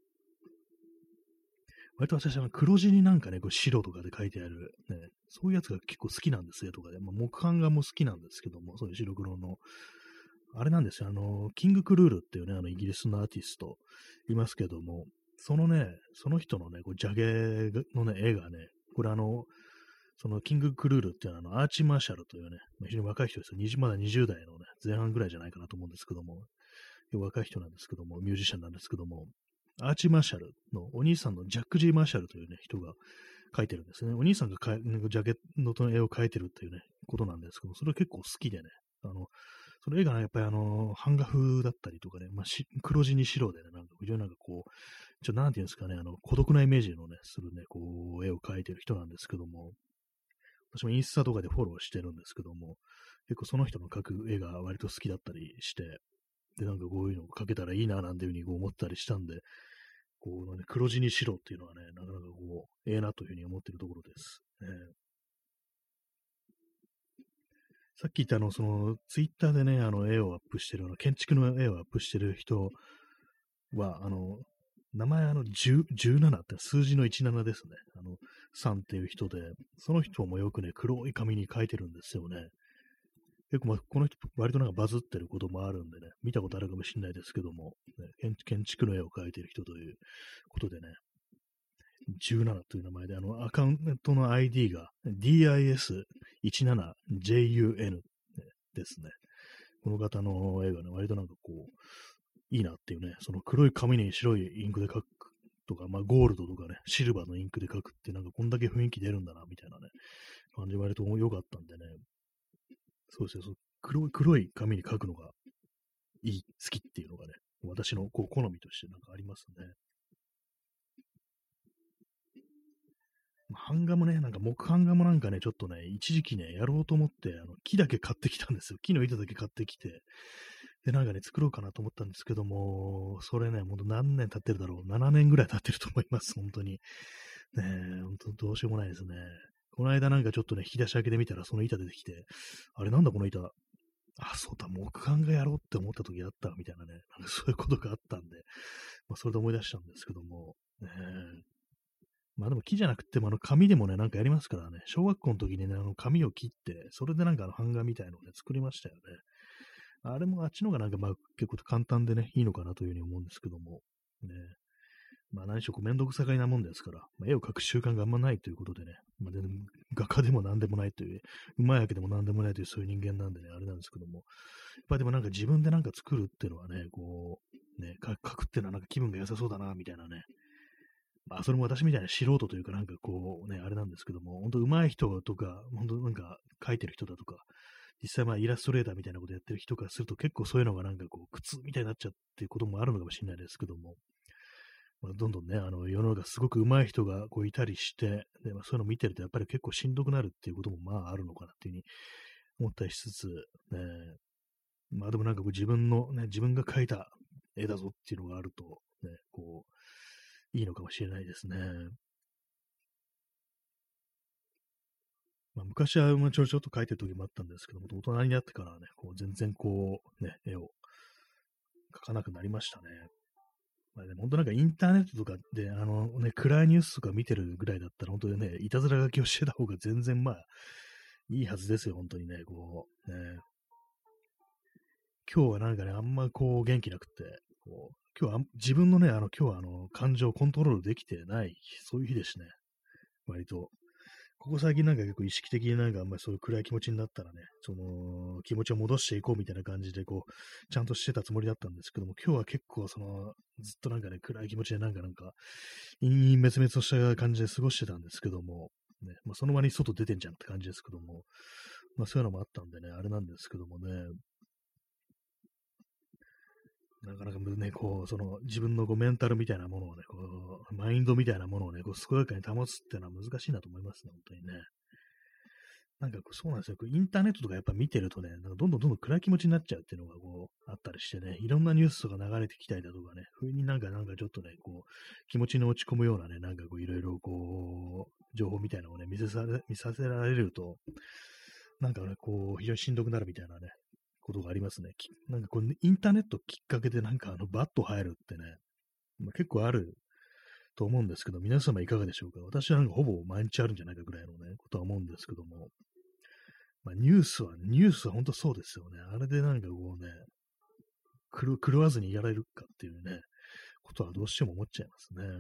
割と私は黒地になんかね、こう白とかで書いてある、ね、そういうやつが結構好きなんですよとかで、まあ、木版画も好きなんですけども、そういう白黒の、あれなんですよ、キングクルールっていうね、イギリスのアーティストいますけども、そのね、その人のね、こうジャケのね、絵がね、これそのキングクルールっていうのはアーチ・マーシャルというね、まあ、非常に若い人ですよ。まだ20代のね、前半ぐらいじゃないかなと思うんですけども、若い人なんですけども、ミュージシャンなんですけども、アーチ・マーシャルのお兄さんのジャック・ジー・マーシャルというね、人が描いてるんですね。お兄さんがジャケットの絵を描いてるっていうね、ことなんですけど、それは結構好きでね、その絵がね、やっぱり版画風だったりとかね、まあ、黒地に白でね、なんか非常になんかこう、なんていうんですかね、孤独なイメージのね、するね、こう、絵を描いてる人なんですけども、私もインスタとかでフォローしてるんですけども、結構その人の描く絵が割と好きだったりして、で、なんかこういうのを描けたらいいな、なんていうふうにこう思ったりしたんで、こう、ね、黒地に白っていうのはね、なかなかこう、ええなというふうに思っているところです。さっき言ったツイッターでね、絵をアップしてる、建築の絵をアップしてる人は、名前17って数字の17ですね。さんっていう人で、その人もよくね、黒い紙に書いてるんですよね。結構まあ、この人、割となんかバズってることもあるんでね、見たことあるかもしれないですけども、ね、建築の絵を描いてる人ということでね、17という名前で、アカウントの ID が DIS17JUN ですね。この方の絵がね、割となんかこう、いいなっていうね、その黒い紙に白いインクで描くとか、まあゴールドとかね、シルバーのインクで描くってなんかこんだけ雰囲気出るんだな、みたいなね、感じ割と良かったんでね、そうですね、黒い紙に描くのが好きっていうのがね、私のこう好みとしてなんかありますね。版画もね、なんか木版画もなんかね、ちょっとね、一時期ね、やろうと思って、木だけ買ってきたんですよ。木の板だけ買ってきて、で、なんかね、作ろうかなと思ったんですけども、それね、ほんと何年経ってるだろう。7年ぐらい経ってると思います、本当に。ねえ、ほんとどうしようもないですね。この間なんかちょっとね、引き出し開けてみたら、その板出てきて、あれなんだこの板。あ、そうだ、木版画やろうって思った時あった、みたいなね、なんかそういうことがあったんで、まあ、それで思い出したんですけども、ねえ、まあでも木じゃなくても紙でもね、なんかやりますからね。小学校の時にね、紙を切って、それでなんか版画みたいのをね、作りましたよね。あれもあっちの方がなんかまあ結構簡単でね、いいのかなというふうに思うんですけども。ね。まあ何しろめんどくさがりなもんですから、まあ、絵を描く習慣があんまないということでね、まあ、で画家でも何でもないという、うまいわけでも何でもないというそういう人間なんでね、あれなんですけども。やっぱりでもなんか自分でなんか作るっていうのはね、こう、ね、描くっていうのはなんか気分が良さそうだな、みたいなね、まあ、それも私みたいな素人というか、なんかこうね、あれなんですけども、本当上手い人とか、本当なんか描いてる人だとか、実際まあイラストレーターみたいなことやってる人からすると結構そういうのがなんかこう苦痛みたいになっちゃうっていうこともあるのかもしれないですけども、 どんどんね、世の中すごく上手い人がこういたりして、で、そういうの見てるとやっぱり結構しんどくなるっていうこともあるのかなっていうふうに思ったりしつつ、ね、でもなんかこう自分のね、自分が描いた絵だぞっていうのがあると、ね、こう、いいのかもしれないですね。昔はちょっと描いてる時もあったんですけども、大人になってからはね、こう全然こう、ね、絵を描かなくなりましたね。でも本当なんかインターネットとかで、暗いニュースとか見てるぐらいだったら、本当にね、いたずら書きをしてた方が全然いいはずですよ、本当にね、こう、ね。今日はなんかね、あんまこう元気なくて、こう、今日は自分のね、今日は感情をコントロールできてない、そういう日ですね、割と。ここ最近なんか結構意識的になんかあんまりそういう暗い気持ちになったらね、その気持ちを戻していこうみたいな感じでこう、ちゃんとしてたつもりだったんですけども、今日は結構ずっとなんかね、暗い気持ちでなんか、陰滅々とした感じで過ごしてたんですけども、ね、その場に外出てんじゃんって感じですけども、そういうのもあったんでね、あれなんですけどもね、なかなかね、こう、自分のこうメンタルみたいなものをね、こう、マインドみたいなものをね、こう、健やかに保つっていうのは難しいなと思いますね、本当にね。なんかこうそうなんですよ。インターネットとかやっぱ見てるとね、なんかどんどん暗い気持ちになっちゃうっていうのがこう、あったりしてね、いろんなニュースとか流れてきたりだとかね、不意になんかちょっとね、こう、気持ちに落ち込むようなね、なんかこう、いろいろこう、情報みたいなのをね、見させられると、なんかね、こう、非常にしんどくなるみたいなね、ことがありますね。なんかこう、インターネットきっかけでなんかバッと入るってね、結構あると思うんですけど、皆様いかがでしょうか。私はなんかほぼ毎日あるんじゃないかぐらいのね、ことは思うんですけども、ニュースは本当そうですよね。あれでなんかこうね、狂わずにやられるかっていうね、ことはどうしても思っちゃいますね。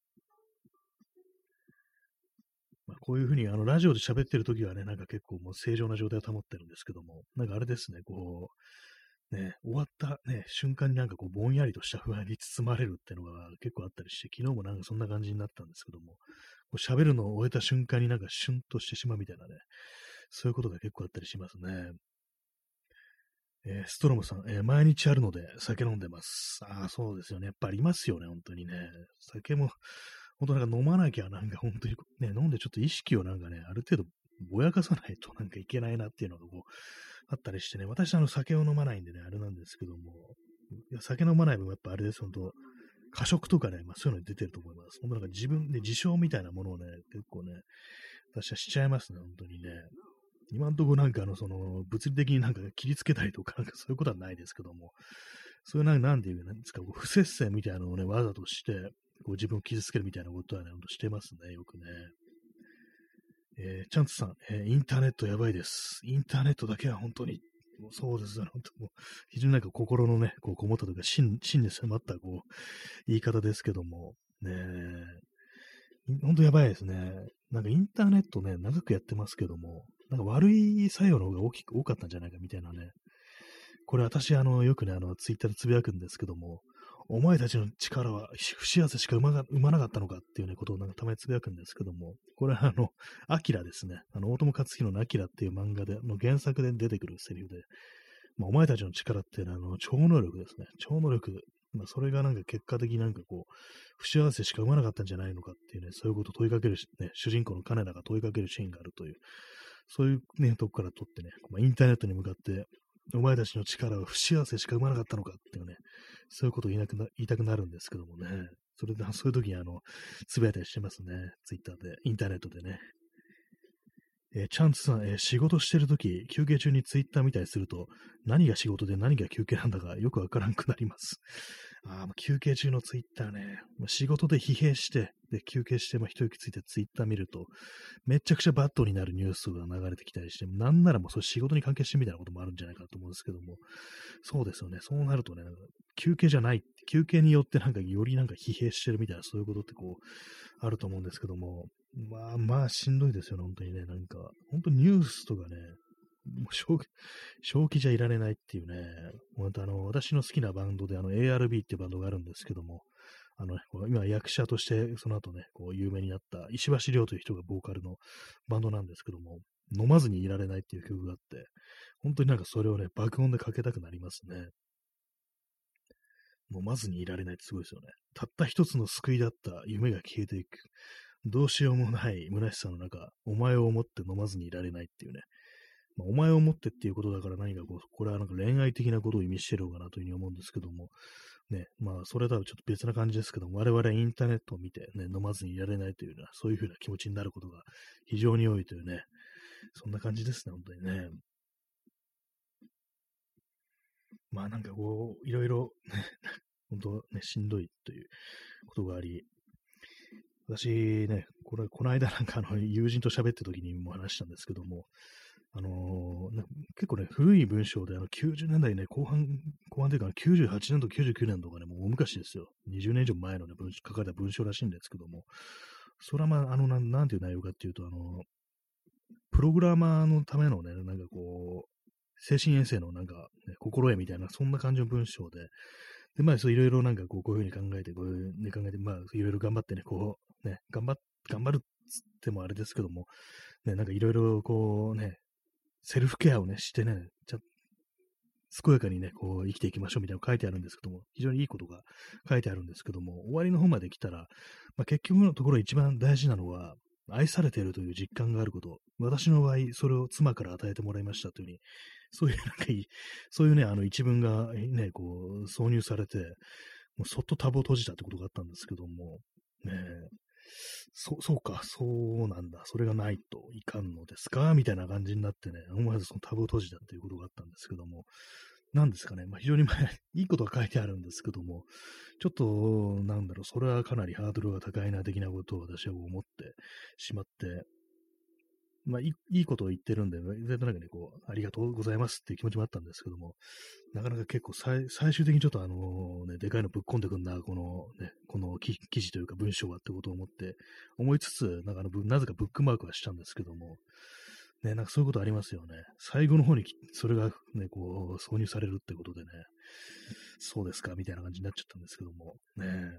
こういうふうにラジオで喋ってるときはね、なんか結構もう正常な状態を保ってるんですけども、なんかあれですね、こう、ね、終わったね、瞬間になんかこう、ぼんやりとした不安に包まれるっていうのが結構あったりして、昨日もなんかそんな感じになったんですけども、こう喋るのを終えた瞬間になんかシュンとしてしまうみたいなね、そういうことが結構あったりしますね。ストロムさん、毎日あるので酒飲んでます。ああ、そうですよね。やっぱりいますよね、本当にね。酒も、本当なんか飲まなきゃなんか本当にね、飲んでちょっと意識をなんかね、ある程度ぼやかさないとなんかいけないなっていうのがこう、あったりしてね、私酒を飲まないんでね、あれなんですけども、いや酒飲まない分やっぱあれです、本当過食とかね、そういうのに出てると思います。本当なんか自分で自傷みたいなものをね、結構ね、私はしちゃいますね、本当にね。今んとこなんか物理的になんか切りつけたりとか、なんかそういうことはないですけども、そういうなんていうなんですか、こう不摂生みたいなのをね、わざとして、こう自分を傷つけるみたいなことはね、ほんとしてますね、よくね。チャンツさん、インターネットやばいです。インターネットだけは本当に、もうそうですね、本当もう、非常になんか心のね、こう、こもったというか、真に迫った、こう、言い方ですけども、ね本当やばいですね。なんかインターネットね、長くやってますけども、なんか悪い作用の方が多かったんじゃないかみたいなね。これ私、よくね、ツイッターでつぶやくんですけども、お前たちの力は不幸せしか生まなかったのかっていうね、ことをなんかたまにつぶやくんですけども、これはアキラですね。大友克洋のアキラっていう漫画で、原作で出てくるセリフで、お前たちの力っていうのは、超能力ですね。超能力。それがなんか結果的になんかこう、不幸せしか生まなかったんじゃないのかっていうね、そういうことを問いかけるし、ね、主人公の金田が問いかけるシーンがあるという、そういうね、とこから取ってね、インターネットに向かって、お前たちの力は不幸せしか生まなかったのかっていうね、そういうことを言いたくなるんですけどもね。それで、そういう時につぶやいたりしてますね。ツイッターで、インターネットでね。チャンツさん、仕事してるとき、休憩中にツイッター見たりすると、何が仕事で何が休憩なんだかよくわからんくなります。休憩中のツイッターね、仕事で疲弊して、で、休憩して、一息ついてツイッター見ると、めちゃくちゃバッドになるニュースが流れてきたりして、なんならもうそれ仕事に関係してみたいなこともあるんじゃないかと思うんですけども、そうですよね。そうなるとね、なんか休憩じゃない、休憩によってなんかよりなんか疲弊してるみたいな、そういうことってこう、あると思うんですけども、しんどいですよね、本当にね。なんか、本当ニュースとかね、もう正気じゃいられないっていうね、本当私の好きなバンドでARB っていうバンドがあるんですけども、こう今役者としてその後ね、こう有名になった石橋亮という人がボーカルのバンドなんですけども、飲まずにいられないっていう曲があって、本当になんかそれをね、爆音でかけたくなりますね。 飲まずにいられないってすごいですよね。たった一つの救いだった夢が消えていく。どうしようもない虚しさの中、お前を思って飲まずにいられないっていうね。まあ、お前を思ってっていうことだから何かこう、これはなんか恋愛的なことを意味してるのかなというふうに思うんですけども、ね、まあ、それとはちょっと別な感じですけども、我々インターネットを見てね、飲まずにいられないというような、そういうふうな気持ちになることが非常に多いというね、そんな感じですね、本当にね。まあなんかこう、いろいろね、本当ね、しんどいということがあり、私ね、この間なんか友人と喋った時にも話したんですけども、ね結構ね、古い文章で90年代ね、後半というか98年と99年とかね、もう大昔ですよ。20年以上前のね、書かれた文章らしいんですけども、それはまあ、なんていう内容かっていうと、プログラマーのためのね、なんかこう、精神衛生のなんか、ね、心得みたいな、そんな感じの文章で、で、まあ、そういろいろなんかこういうふうに考えて、こういうね、考えて、まあ、いろいろ頑張ってね、こう、ね、頑張るっつってもあれですけども、ね、なんかいろいろこうね、セルフケアをね、してね、健やかにね、こう生きていきましょうみたいなの書いてあるんですけども、非常にいいことが書いてあるんですけども、終わりの方まで来たら、まあ、結局のところ一番大事なのは、愛されているという実感があること。私の場合、それを妻から与えてもらいましたというふうに、そういうなんかそういうね、一文がね、こう、挿入されて、もうそっとタブを閉じたってことがあったんですけども、ねえ、そうか、そうなんだ、それがないといかんのですかみたいな感じになってね、思わずそのタブを閉じたっていうことがあったんですけども、なんですかね、まあ、非常にまあいいことが書いてあるんですけども、ちょっと、なんだろう、それはかなりハードルが高いな、的なことを私は思ってしまって、まあ、いいことを言ってるんで、全然なんかね、こう、ありがとうございますっていう気持ちもあったんですけども、なかなか結構最終的にちょっとね、でかいのぶっ込んでくんな、この記事というか文章はってことを思いつつ、なんかなぜかブックマークはしたんですけども、ね、なんかそういうことありますよね。最後の方にそれがね、こう、挿入されるってことでね、そうですか、みたいな感じになっちゃったんですけども、ね、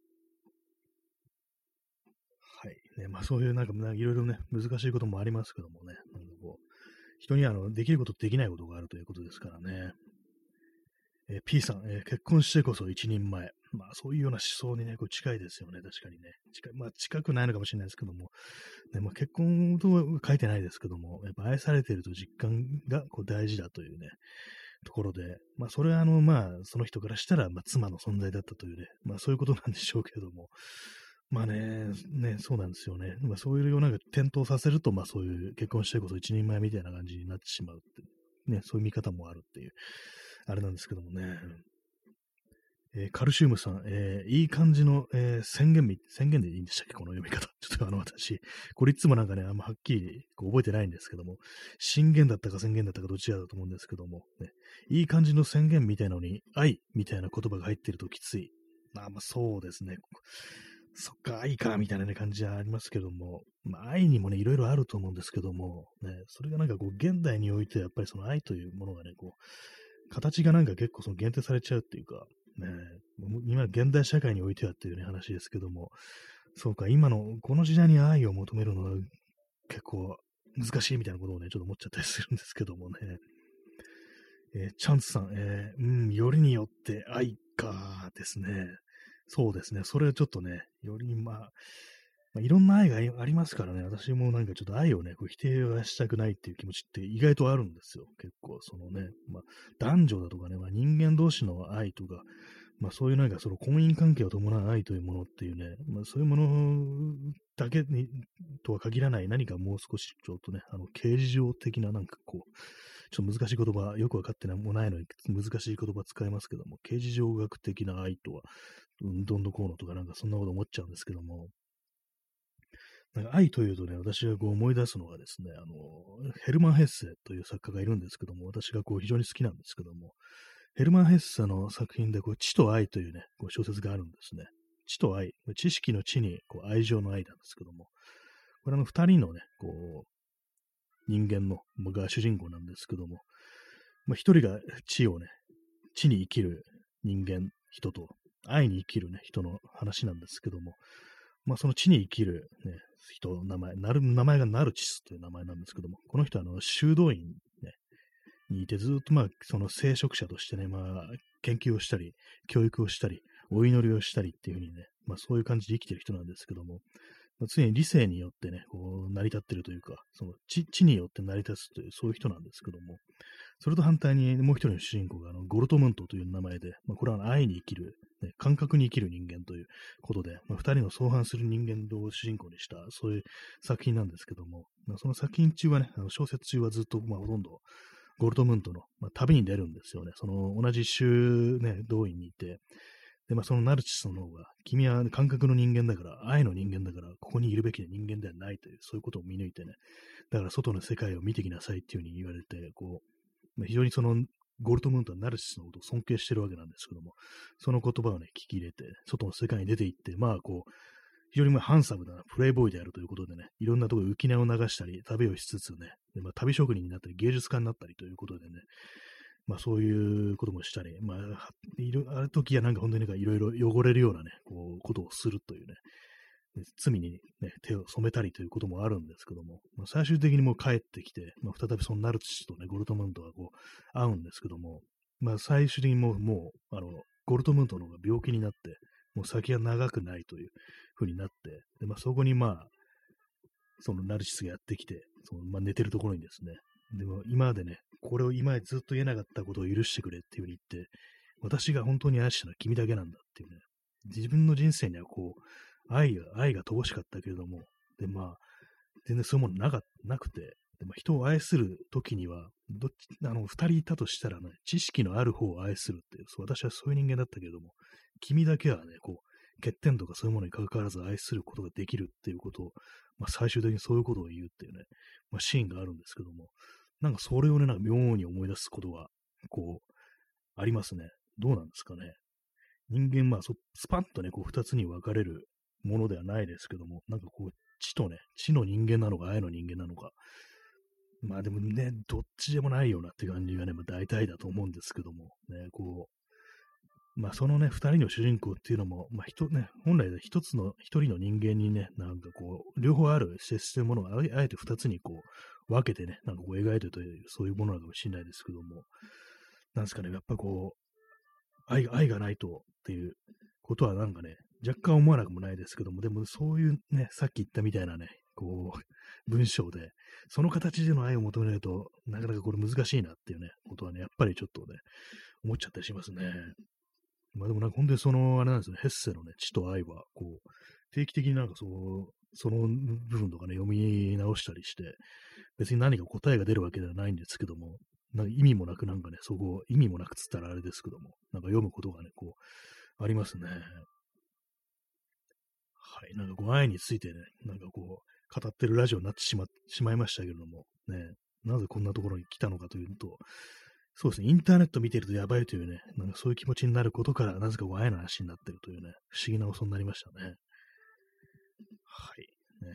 はい。ね、まあそういうなんか、いろいろね、難しいこともありますけどもね、なんかこう、人にはできることできないことがあるということですからね。P さん、結婚してこそ一人前。まあそういうような思想にね、こう近いですよね、確かにね。まあ近くないのかもしれないですけども、ね、まあ結婚とは書いてないですけども、やっぱ愛されていると実感がこう大事だというね、ところで、まあそれはまあその人からしたら、まあ妻の存在だったというね、まあそういうことなんでしょうけども、まあね、そうなんですよね。まあそういうような転倒させると、まあそういう結婚してこそ一人前みたいな感じになってしまうって、ね、そういう見方もあるっていう、あれなんですけどもね。カルシウムさん、いい感じの、宣言でいいんでしたっけこの読み方。ちょっと私、これいつもなんかね、あんまはっきりこう覚えてないんですけども、宣言だったか宣言だったかどっちかだと思うんですけども、ね、いい感じの宣言みたいなのに、愛みたいな言葉が入ってるときつい。まあそうですね。そっか、愛か、みたいな、ね、感じはありますけども、まあ、愛にもね、いろいろあると思うんですけども、ね、それがなんかこう、現代において、やっぱりその愛というものがね、こう、形がなんか結構その限定されちゃうっていうか、ね、今、現代社会においてはっていうね、話ですけども、そうか、今の、この時代に愛を求めるのは結構難しいみたいなことをね、ちょっと思っちゃったりするんですけどもね。チャンスさん、よりによって愛かですね。そうですね。それちょっとね、より、いろんな愛がありますからね、私もなんかちょっと愛をね、こう否定はしたくないっていう気持ちって意外とあるんですよ。結構、そのね、男女だとかね、人間同士の愛とか、そういうなんかその婚姻関係を伴う愛というものっていうね、そういうものだけにとは限らない何かもう少しちょっとね、形而上的ななんかこう、ちょっと難しい言葉、よくわかってもないのに難しい言葉使いますけども、形而上学的な愛とは、どんどこうのとかなんかそんなこと思っちゃうんですけども、なんか愛というとね、私がこう思い出すのがですね、ヘルマン・ヘッセという作家がいるんですけども、私がこう非常に好きなんですけども、ヘルマン・ヘッセの作品でこう知と愛というね、こう小説があるんですね。知と愛、知識の知にこう愛情の愛なんですけども、これ二人のね、こう、人間のが主人公なんですけども、一人が知をね、知に生きる人間、人と、愛に生きるね、人の話なんですけども、その地に生きる、ね、人の名前がナルチスという名前なんですけども、この人は修道院、ね、ににいて、ずっとまあ、その聖職者としてね、まあ、研究をしたり、教育をしたり、お祈りをしたりっていうふうにね、まあそういう感じで生きてる人なんですけども、まあ、常に理性によってね、こう、成り立ってるというか、その知によって成り立つという、そういう人なんですけども、それと反対にもう一人の主人公が、ゴルトムントという名前で、まあ、これは愛に生きる、ね、感覚に生きる人間ということで、まあ、二人の相反する人間を主人公にした、そういう作品なんですけども、まあ、その作品中はね、小説中はずっと、まあ、ほとんど、ゴルトムントの、まあ、旅に出るんですよね。その同じ州ね、動員にいて、で、まあ、そのナルチスの方が、君は感覚の人間だから、愛の人間だから、ここにいるべき人間ではないという、そういうことを見抜いてね、だから外の世界を見てきなさいっていうふうに言われて、こう、まあ、非常にその、ゴルトムントはナルシスのことを尊敬してるわけなんですけども、その言葉をね、聞き入れて、外の世界に出て行って、まあこう、非常にまあハンサムなプレイボーイであるということでね、いろんなところで浮き名を流したり、旅をしつつね、でまあ、旅職人になったり、芸術家になったりということでね、まあそういうこともしたり、まあ、ある時はなんか本当にいろいろ汚れるようなね、こう、ことをするというね、罪に、ね、手を染めたりということもあるんですけども、まあ、最終的にもう帰ってきて、まあ、再びそのナルチスとね、ゴルトムントがこう、会うんですけども、まあ、最終的にもう、ゴルトムントの方が病気になって、もう先は長くないというふうになって、で、まあ、そこにまあ、そのナルシスがやってきて、そのまあ、寝てるところにですね、でも今までね、これを今までずっと言えなかったことを許してくれっていうふうに言って、私が本当に愛したのは君だけなんだっていうね、自分の人生にはこう、愛が乏しかったけれども、で、まあ、全然そういうものなくて、でまあ、人を愛するときには、二人いたとしたらね、知識のある方を愛するっていう、私はそういう人間だったけれども、君だけはね、こう、欠点とかそういうものに関わらず愛することができるっていうことを、まあ、最終的にそういうことを言うっていうね、まあ、シーンがあるんですけども、なんかそれをね、なんか妙に思い出すことが、こう、ありますね。どうなんですかね。人間、まあ、スパッとね、こう、二つに分かれるものではないですけども、なんかこう、知の人間なのか、愛の人間なのか、まあでもね、どっちでもないよなっていう感じがね、まあ大体だと思うんですけども、ね、こう、まあそのね、二人の主人公っていうのも、まあ本来で一人の人間にね、なんかこう、両方ある接してるものをあえて二つにこう、分けてね、なんかこう描いてるという、そういうものなのかもしれないですけども、なんですかね、やっぱこう、愛がないとっていうことはなんかね、若干思わなくもないですけども、でもそういうね、さっき言ったみたいなね、こう、文章で、その形での愛を求めないとなかなかこれ難しいなっていうね、ことはね、やっぱりちょっとね、思っちゃったりしますね。まあでもなんか本当にあれなんですよね、ヘッセのね、知と愛は、こう、定期的になんかその部分とかね、読み直したりして、別に何か答えが出るわけではないんですけども、なんか意味もなくなんかね、意味もなくつったらあれですけども、なんか読むことがね、こう、ありますね。はい。なんかこう、愛についてね、なんかこう、語ってるラジオになってしまいましたけれども、ね、なぜこんなところに来たのかというと、そうですね、インターネット見てるとやばいというね、なんかそういう気持ちになることから、なぜかこう愛の話になってるというね、不思議なおそになりましたね。はい。ね、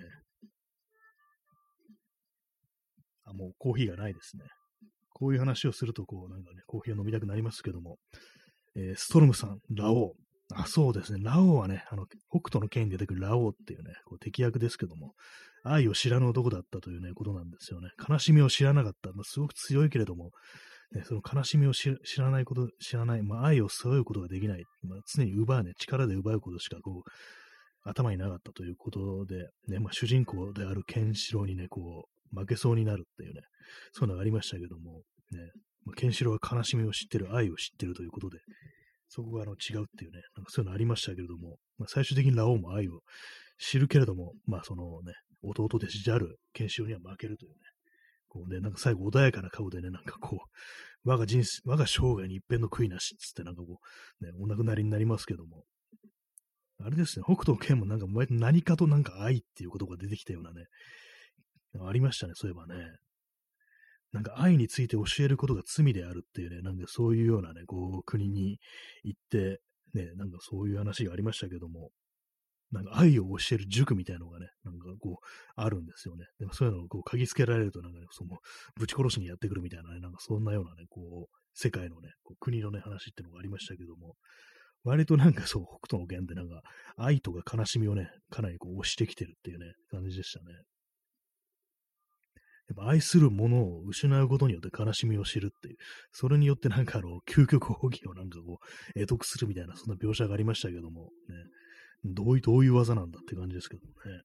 もうコーヒーがないですね。こういう話をすると、こう、なんかね、コーヒーを飲みたくなりますけども、ストロムさん、ラオウ。そうですね。ラオウはね、北斗の剣に出てくるラオウっていうね、こう敵役ですけども、愛を知らぬ男だったというね、ことなんですよね。悲しみを知らなかった。まあ、すごく強いけれども、ね、その悲しみを知らないこと、知らない、まあ、愛を背負うことができない。まあ、常に力で奪うことしか、こう、頭になかったということで、ね、まあ、主人公であるケンシロウにね、こう、負けそうになるっていうね、そういうのがありましたけども、ね、まあ、ケンシロウは悲しみを知ってる、愛を知ってるということで、そこが違うっていうね、なんかそういうのありましたけれども、まあ、最終的にラオウも愛を知るけれども、まあそのね、弟弟子であるケンシロウには負けるというね、こうね、なんか最後穏やかな顔でね、なんかこう、我が生涯に一片の悔いなしっつってなんかこう、ね、お亡くなりになりますけども、あれですね、北斗健もなんか何かとなんか愛っていうことが出てきたようなね、ありましたね、そういえばね。なんか愛について教えることが罪であるっていうね、なんかそういうようなね、こう、国に行って、ね、なんかそういう話がありましたけども、なんか愛を教える塾みたいなのがね、なんかこう、あるんですよね。でもそういうのをこう、嗅ぎつけられると、なんかね、ぶち殺しにやってくるみたいなね、なんかそんなようなね、こう、世界のね、こう国のね、話っていうのがありましたけども、割となんかそう、北斗の拳でなんか、愛とか悲しみをね、かなりこう、押してきてるっていうね、感じでしたね。 やっぱ愛するものを失うことによって悲しみを知るっていう、それによってなんか究極奥義をなんかこう、得得するみたいな、そんな描写がありましたけども、ね、どういう技なんだって感じですけどもね。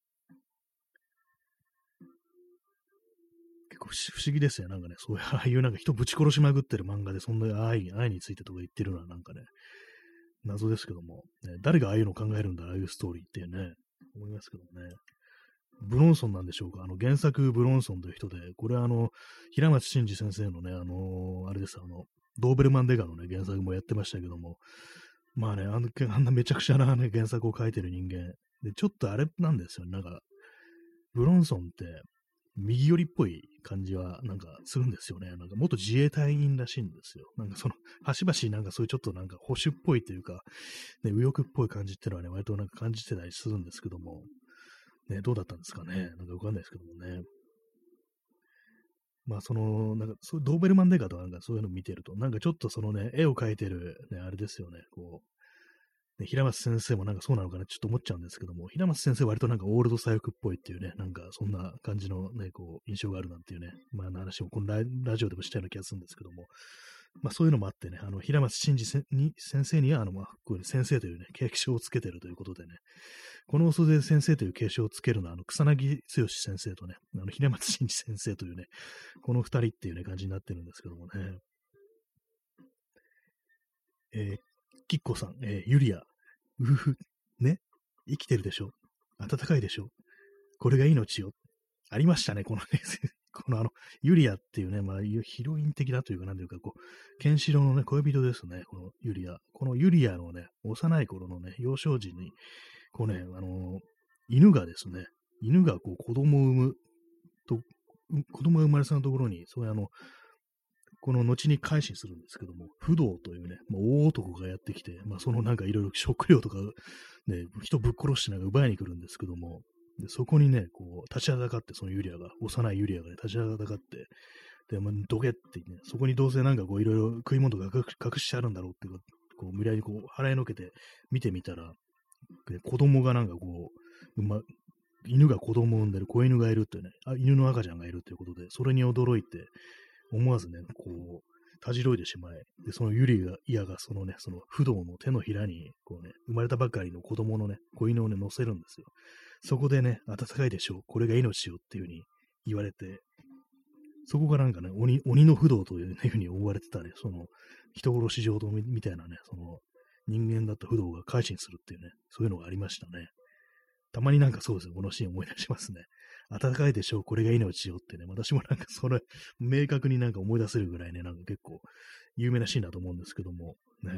結構不思議ですよ。なんかね、そういう、ああいうなんか人ぶち殺しまくってる漫画で、そんな愛についてとか言ってるのはなんかね、謎ですけども、ね、誰がああいうのを考えるんだ、ああいうストーリーっていうね、思いますけどもね。ブロンソンなんでしょうか。原作ブロンソンという人で、これは平松真二先生のね、あれです、ドーベルマンデガのね、原作もやってましたけども、まあね、あんなめちゃくちゃなね、原作を書いてる人間。で、ちょっとあれなんですよ。なんか、ブロンソンって右寄りっぽい感じはなんかするんですよね。なんか元自衛隊員らしいんですよ。なんか端々なんかそういうちょっとなんか保守っぽいというか、ね、右翼っぽい感じっていうのはね、割となんか感じてたりするんですけども、ね、どうだったんですかね。なんかわかんないですけどもね。まあ、なんか、ドーベルマンデカとかなんかそういうのを見てると、なんかちょっとそのね、絵を描いてる、ね、あれですよね、こう、ね、平松先生もなんかそうなのかなちょっと思っちゃうんですけども、平松先生は割となんかオールド左翼っぽいっていうね、なんかそんな感じのね、こう、印象があるなんていうね、まあ話をこのラジオでもしたような気がするんですけども、まあそういうのもあってね、平松真二先生には、まあ、こういう先生というね、敬称をつけてるということでね、この放送で先生という敬称をつけるのは、草薙剛先生とね、平松真二先生というね、この二人っていうね、感じになってるんですけどもね。えー、キッコさん、ユリア、うふふ、ね、生きてるでしょ。暖かいでしょ。これが命よ。ありましたね、このね、このユリアっていうね、まあ、ヒロイン的だというか、なんというか、こう、ケンシロウのね、恋人ですね、このユリア。このユリアのね、幼い頃のね、幼少時に、こうね、犬がですね、犬がこう子供を産むと、子供が生まれそうなところに、そういうこの後に改心するんですけども、不動というね、まあ、大男がやってきて、まあ、そのなんかいろいろ食料とか、ね、人ぶっ殺してなんか奪いに来るんですけども、でそこにね、こう、立ちはだかって、そのユリアが、幼いユリアが、ね、立ちはだかって、で、まあ、どけって言ってね、そこにどうせなんかこう、いろいろ食い物とか隠してあるんだろうってこう、無理やりこう、払いのけて見てみたら、で子供がなんかこう、犬が子供を産んでる子犬がいるってね、犬の赤ちゃんがいるということで、それに驚いて、思わずね、こう、たじろいでしまい、で、そのユリが、イヤがそのね、その不動の手のひらに、こうね、生まれたばかりの子供のね、子犬をね、乗せるんですよ。そこでね、暖かいでしょう、これが命よっていう風に言われて、そこがなんかね、鬼の不動という風に思われてたね、人殺し上等みたいなね、人間だった不動が改心するっていうね、そういうのがありましたね。たまになんかそうですね、このシーン思い出しますね。暖かいでしょう、これが命よってね、私もなんか明確になんか思い出せるぐらいね、なんか結構有名なシーンだと思うんですけども、ね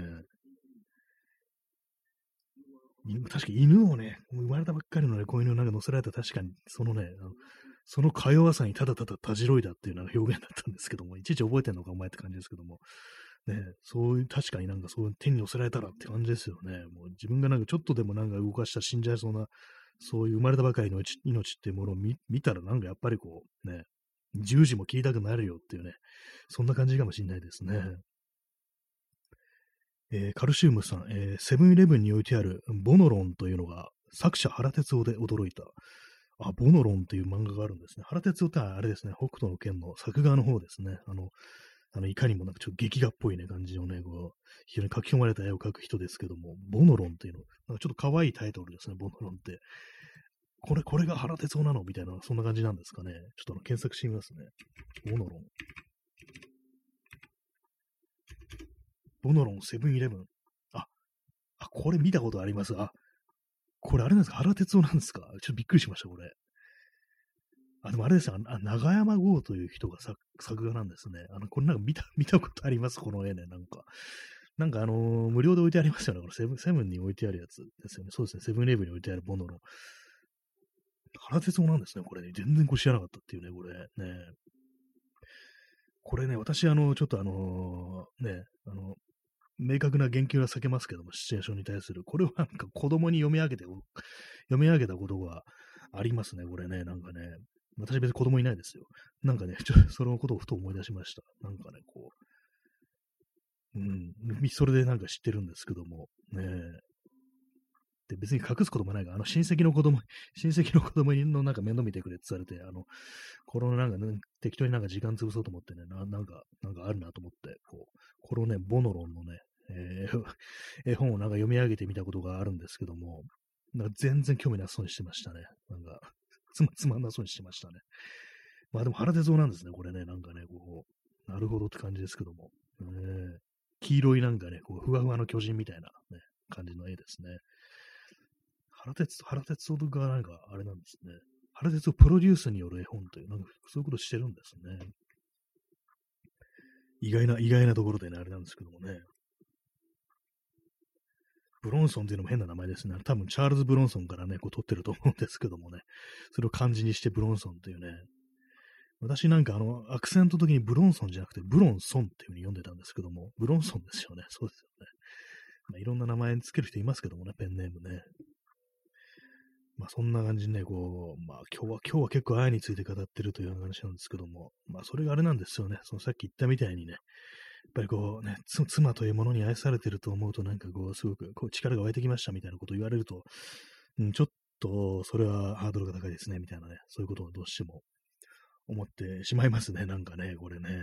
確かに犬をね、生まれたばっかりのね、子犬をなんか乗せられたら確かに、そのか弱さにただただたじろいだっていうような表現だったんですけども、いちいち覚えてんのかお前って感じですけども、ね、そういう、確かになんかそういう手に乗せられたらって感じですよね。もう自分がなんかちょっとでもなんか動かしたら死んじゃいそうな、そういう生まれたばかりの命っていうものを見たらなんかやっぱりこう、ね、十字も切りたくなるよっていうね、そんな感じかもしれないですね。カルシウムさん、セブンイレブンに置いてあるボノロンというのが作者原哲夫で驚いた。あ、ボノロンっていう漫画があるんですね。原哲夫ってあれですね、北斗の拳の作画の方ですね。いかにもなんかちょっと劇画っぽいね、感じのね、こう、非常に書き込まれた絵を描く人ですけども、ボノロンっていうの、なんかちょっと可愛いタイトルですね、ボノロンって。これが原哲夫なのみたいな、そんな感じなんですかね。ちょっと検索してみますね。ボノロン。ボノロンセブンイレブン。あ、これ見たことあります。これあれなんですか原哲夫なんですかちょっとびっくりしました、これ。でもあれですよ。長山剛という人が作画なんですね。これなんか見たことあります、この絵ね。なんか無料で置いてありますよね。これセブンに置いてあるやつですよね。そうですね。セブンイレブンに置いてあるボノロン。原哲夫なんですね。これね。全然これ知らなかったっていうね、これね。これね、私ちょっとね、明確な言及は避けますけども、シチュエーションに対する。これはなんか子供に読み上げたことがありますね、これね。なんかね。私別に子供いないですよ。なんかね、そのことをふと思い出しました。なんかね、こう、それでなんか知ってるんですけども、ねで、別に隠すこともないが、親戚の子供のなんか面倒見てくれって言われて、このなんか、ね、適当になんか時間潰そうと思ってね、なんかあるなと思って、このね、ボノロンのね、絵本をなんか読み上げてみたことがあるんですけども、なんか全然興味なさそうにしてましたね。なんか、つまんなそうにしてましたね。まあでも原哲夫なんですね、これね、なんかね、なるほどって感じですけども。黄色いなんかね、ふわふわの巨人みたいな、ね、感じの絵ですね。原哲夫がなんか、あれなんですね。原哲夫プロデュースによる絵本という、なんかそういうことしてるんですね。意外なところでね、あれなんですけどもね。ブロンソンっていうのも変な名前ですね。多分チャールズ・ブロンソンからね、取ってると思うんですけどもね。それを漢字にしてブロンソンというね。私なんかアクセント的にブロンソンじゃなくてブロンソンっていう風に読んでたんですけども、ブロンソンですよね。そうですよね。まあ、いろんな名前つける人いますけどもね、ペンネームね。まあそんな感じにね、まあ今日は結構愛について語ってるという話なんですけども、まあそれがあれなんですよね。そのさっき言ったみたいにね、やっぱり妻というものに愛されてると思うとなんかすごく力が湧いてきましたみたいなことを言われると、ちょっとそれはハードルが高いですね、みたいなね、そういうことをどうしても思ってしまいますね、なんかね、これね。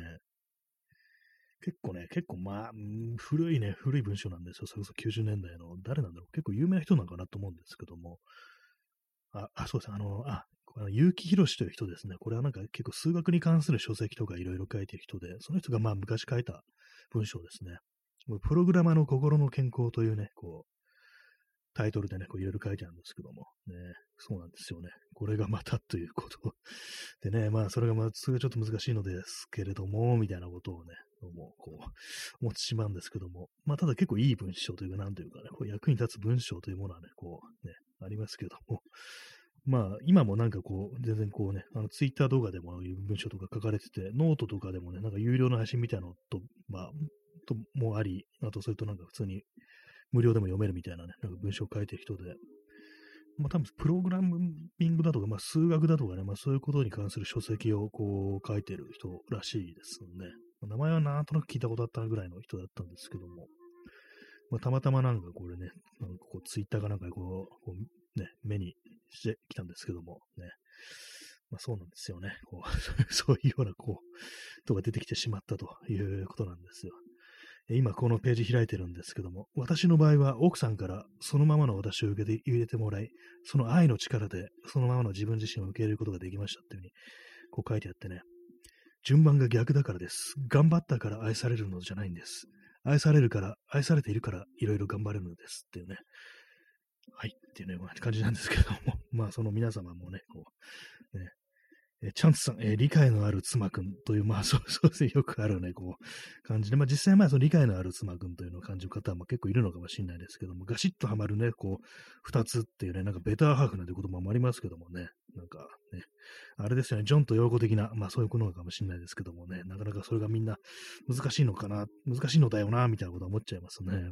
結構まあ、古い文章なんですよ。それこそ90年代の。誰なんだろう。結構有名な人なのかなと思うんですけども、そうですね。結城宏という人ですね。これはなんか結構数学に関する書籍とかいろいろ書いてる人で、その人がまあ昔書いた文章ですね。プログラマーの心の健康というね、タイトルでね、いろいろ書いてあるんですけども、ね、そうなんですよね。これがまたということでね、まあ、それがちょっと難しいのですけれども、みたいなことをね、思ってしまうんですけども、まあ、ただ結構いい文章というか、なんというかね、役に立つ文章というものはね、ありますけども、まあ、今もなんか全然ツイッター動画でもいう文章とか書かれてて、ノートとかでもね、なんか有料の配信みたいなのと、まあ、もあり、あとそれとなんか普通に無料でも読めるみたいなね、なんか文章を書いてる人で、まあ多分プログラミングだとか、まあ数学だとかね、まあそういうことに関する書籍を書いてる人らしいですね。名前はなんとなく聞いたことあったぐらいの人だったんですけども、まあ、たまたまなんかこれね、なんかツイッターかなんかね、目にしてきたんですけども、ね。まあそうなんですよね。そういうような、とが出てきてしまったということなんですよ。今このページ開いてるんですけども、私の場合は奥さんからそのままの私を入れてもらい、その愛の力でそのままの自分自身を受け入れることができましたっていうふうに書いてあってね、順番が逆だからです。頑張ったから愛されるのじゃないんです。愛されるから、愛されているからいろいろ頑張れるのですっていうね、はいっていうね、感じなんですけども、まあその皆様もね、ね、チャンスさん、理解のある妻くんという、まあ、そうですね、よくあるね、感じで、まあ、実際、まあ、その理解のある妻くんというのを感じる方も結構いるのかもしれないですけども、ガシッとはまるね、二つっていうね、なんかベターハーフなんて言葉もありますけどもね、なんかね、あれですよね、ジョンとヨーコ的な、まあ、そういうことなのかもしれないですけどもね、なかなかそれがみんな難しいのかな、難しいのだよな、みたいなことは思っちゃいますね。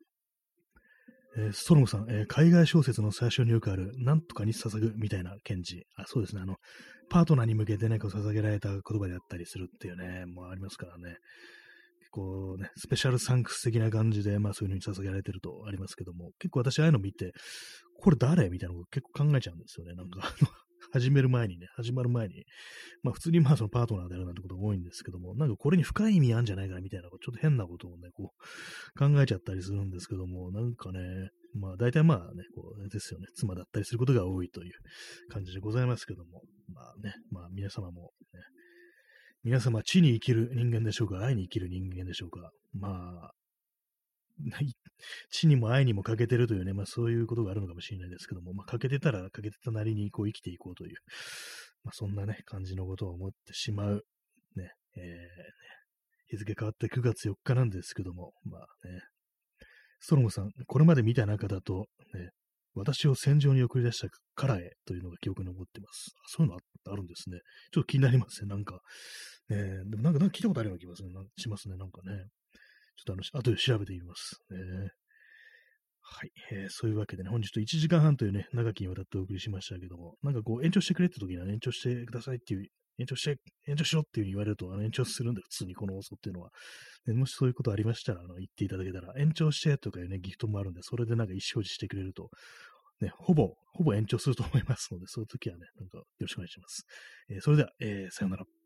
ストロムさん、海外小説の最初によくある、なんとかに捧ぐみたいな検事。そうですね。パートナーに向けてね、捧げられた言葉であったりするっていうね、もうありますからね。スペシャルサンクス的な感じで、まあそういう風に捧げられてるとありますけども、結構私ああいうの見て、これ誰みたいなのを結構考えちゃうんですよね。なんか始まる前に、まあ普通にまあそのパートナーであるなんてことが多いんですけども、なんかこれに深い意味あるんじゃないかなみたいな、ちょっと変なことをね、考えちゃったりするんですけども、なんかね、まあ大体まあね、ですよね、妻だったりすることが多いという感じでございますけども、まあね、まあ皆様も、ね、皆様、地に生きる人間でしょうか、愛に生きる人間でしょうか。まあ、地にも愛にも欠けてるというね、まあそういうことがあるのかもしれないですけども、まあ欠けてたら欠けてたなりに生きていこうという、まあそんなね、感じのことを思ってしまう、ね、日付変わって9月4日なんですけども、まあね、ストロムさん、これまで見た中だと、ね、私を戦場に送り出したからへというのが記憶に残ってます。そういうのあるんですね。ちょっと気になりますね、なんか。でもなんか聞いたことあるような気がしますね、なんかね。ちょっと後で調べてみます。はい、そういうわけでね、本日1時間半というね、長きにわたってお送りしましたけども、なんか延長してくれって時には延長してくださいっていう延長しろっていう風に言われると、延長するんで、普通にこの放送っていうのは。でもしそういうことありましたら、言っていただけたら、延長してとかいうね、ギフトもあるんで、それでなんか意思表示してくれると、ね、ほぼ延長すると思いますので、そういう時はね、なんかよろしくお願いします。それでは、さようなら。